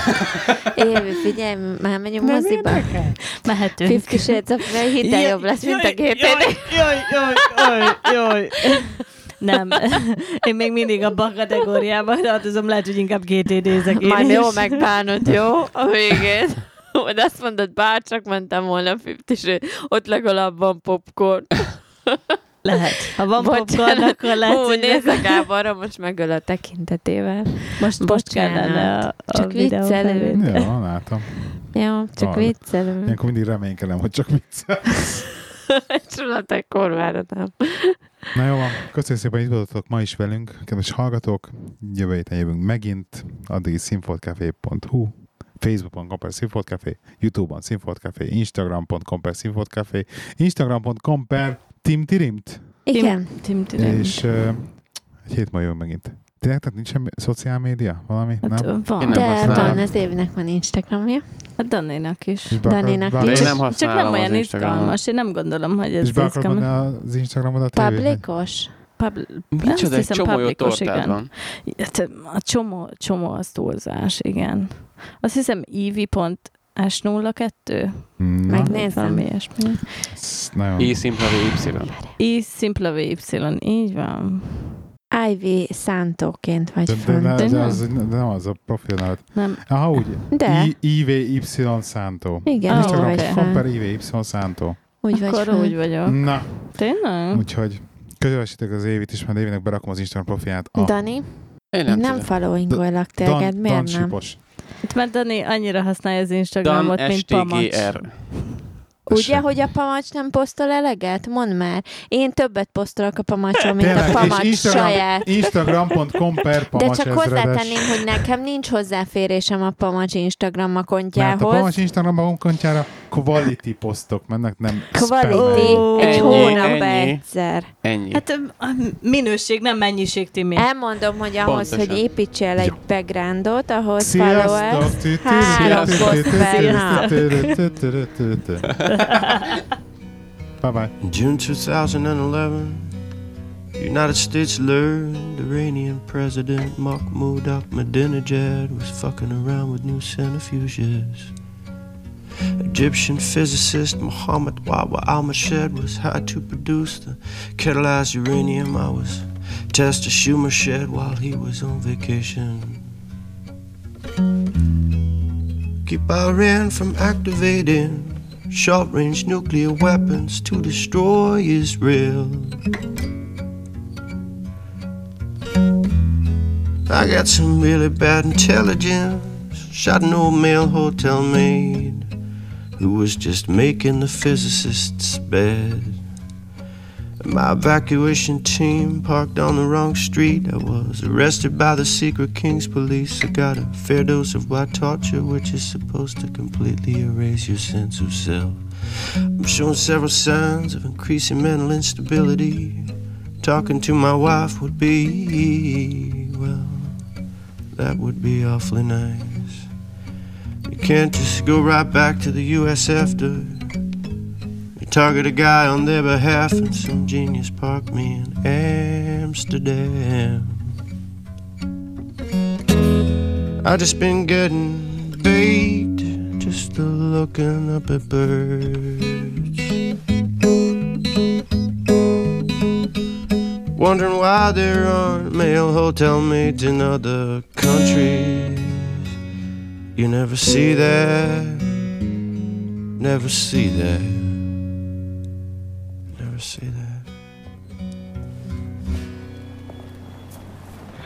Évi, figyelj, már megyünk moziba. Mehetünk. Fifty Shades of Grey hitel jobb lesz, mint a gé té dé. Jaj, jaj, jaj, jaj. Nem. Én még mindig abban a kategóriában tartozom, lehet, hogy inkább gé té dé-zek én Majd is. jó megbánod, jó? A végén. Hogy azt mondod, bár csak mentem volna Fifty Shades, ott legalább van popcorn. Lehet. Ha van Bocsánat. popcorn, akkor lehet, Hú, hogy nézzek Gáborra, most megöl a tekintetével. most, most kellene a, a Csak videó viccelő. felvétel. Jó, látom. Jó, csak Van. viccelünk. Ilyenkor mindig reménykedem, hogy csak viccel. Csulatek korvára nem. Na jó van, köszönjük szépen, hogy itt voltatok ma is velünk, kedves hallgatók. Jövő héten jövünk megint, addig színfoltcafé pont hu, facebook pont com per színfoltcafé, YouTube-on színfoltcafé, instagram pont com per színfoltcafé, instagram pont com per timtirimt, Igen. Tim, tim, tim. és uh, egy hét múlva jövünk megint. Tényleg, tehát nincs semmi szociál média? Valami? Hát Nem? van. Én nem De használom. talán az Évnek van Instagramja. Hát Daninak is. És be akarod Daninak vágni- is. Én nem Csak használom nem olyan az Instagramot. izgalmas. Én nem gondolom, hogy ez És be akarod izgalmas. menni az Instagramodat? Évi? Publikos. Pub- Micsoda, azt egy hiszem, csomó jó publikos, tortád igen. van. Hát, a csomó, csomó az túlzás, igen. Azt hiszem, Eevee pont S nulla kettő? Na, Megnézem. Valami ilyesmi. ez nagyon... I szimpla V Y. I szimpla V Y, így van. Ivy Santóként vagy De, de, fönt. de, de, Tényleg? az, de nem az a profil neved. Nem. Aha, úgy. De. I, I V Y Santo. Igen, Ah, úgy vagy oké. Instagram.com per fönt. I V Y Santo. Úgy vagy Akkor fönt. úgy vagyok. Na, Tényleg? úgyhogy közösítek az Évit is, mert Évinek berakom az Instagram profilját. A Dani, Én nem, nem, nem tudom. followingolak téged, Dan, miért Dan nem? Sipos. Mert Dani annyira használja az Instagramot, Dan mint S T G Pamacs. R. Ugye, hogy a Pamacs nem posztol eleget? Mondd már. Én többet posztolok a Pamacsról, mint a Tényleg, Pamacs és Instagram, saját. Instagram.com per De Pamacs csak ezredes. hozzátenném, hogy nekem nincs hozzáférésem a Pamacs Instagram Mert a akontjához. Pamacs Instagram akontjára quality posztok mennek, nem Quality. Ó, Egy ennyi, hónapban ennyi. egyszer. Ennyi. Hát a minőség, nem mennyiség, Timi. Elmondom, hogy ahhoz, Pontosan. hogy építsél egy Jó. backgroundot, ahhoz followers, Sziasztok! három Sziasztok. poszt per nap. Bye-bye. In June two thousand eleven, the United States learned Iranian President Mahmoud Ahmadinejad was fucking around with new centrifuges. Egyptian physicist Mohammed Wawa al-Mashed was hired to produce the catalyzed uranium I was test to Schumer shed while he was on vacation. Keep Iran from activating short-range nuclear weapons to destroy Israel. I got some really bad intelligence. Shot an old male hotel maid who was just making the physicist's bed. My evacuation team parked on the wrong street. I was arrested by the secret King's police. I got a fair dose of white torture, which is supposed to completely erase your sense of self. I'm showing several signs of increasing mental instability. Talking to my wife would be, well, that would be awfully nice. You can't just go right back to the U S after target a guy on their behalf and some genius parked me in Amsterdam. I just been getting baked, just a looking up at birds, wondering why there aren't male hotel maids in other countries. You never see that, never see that. Never say that.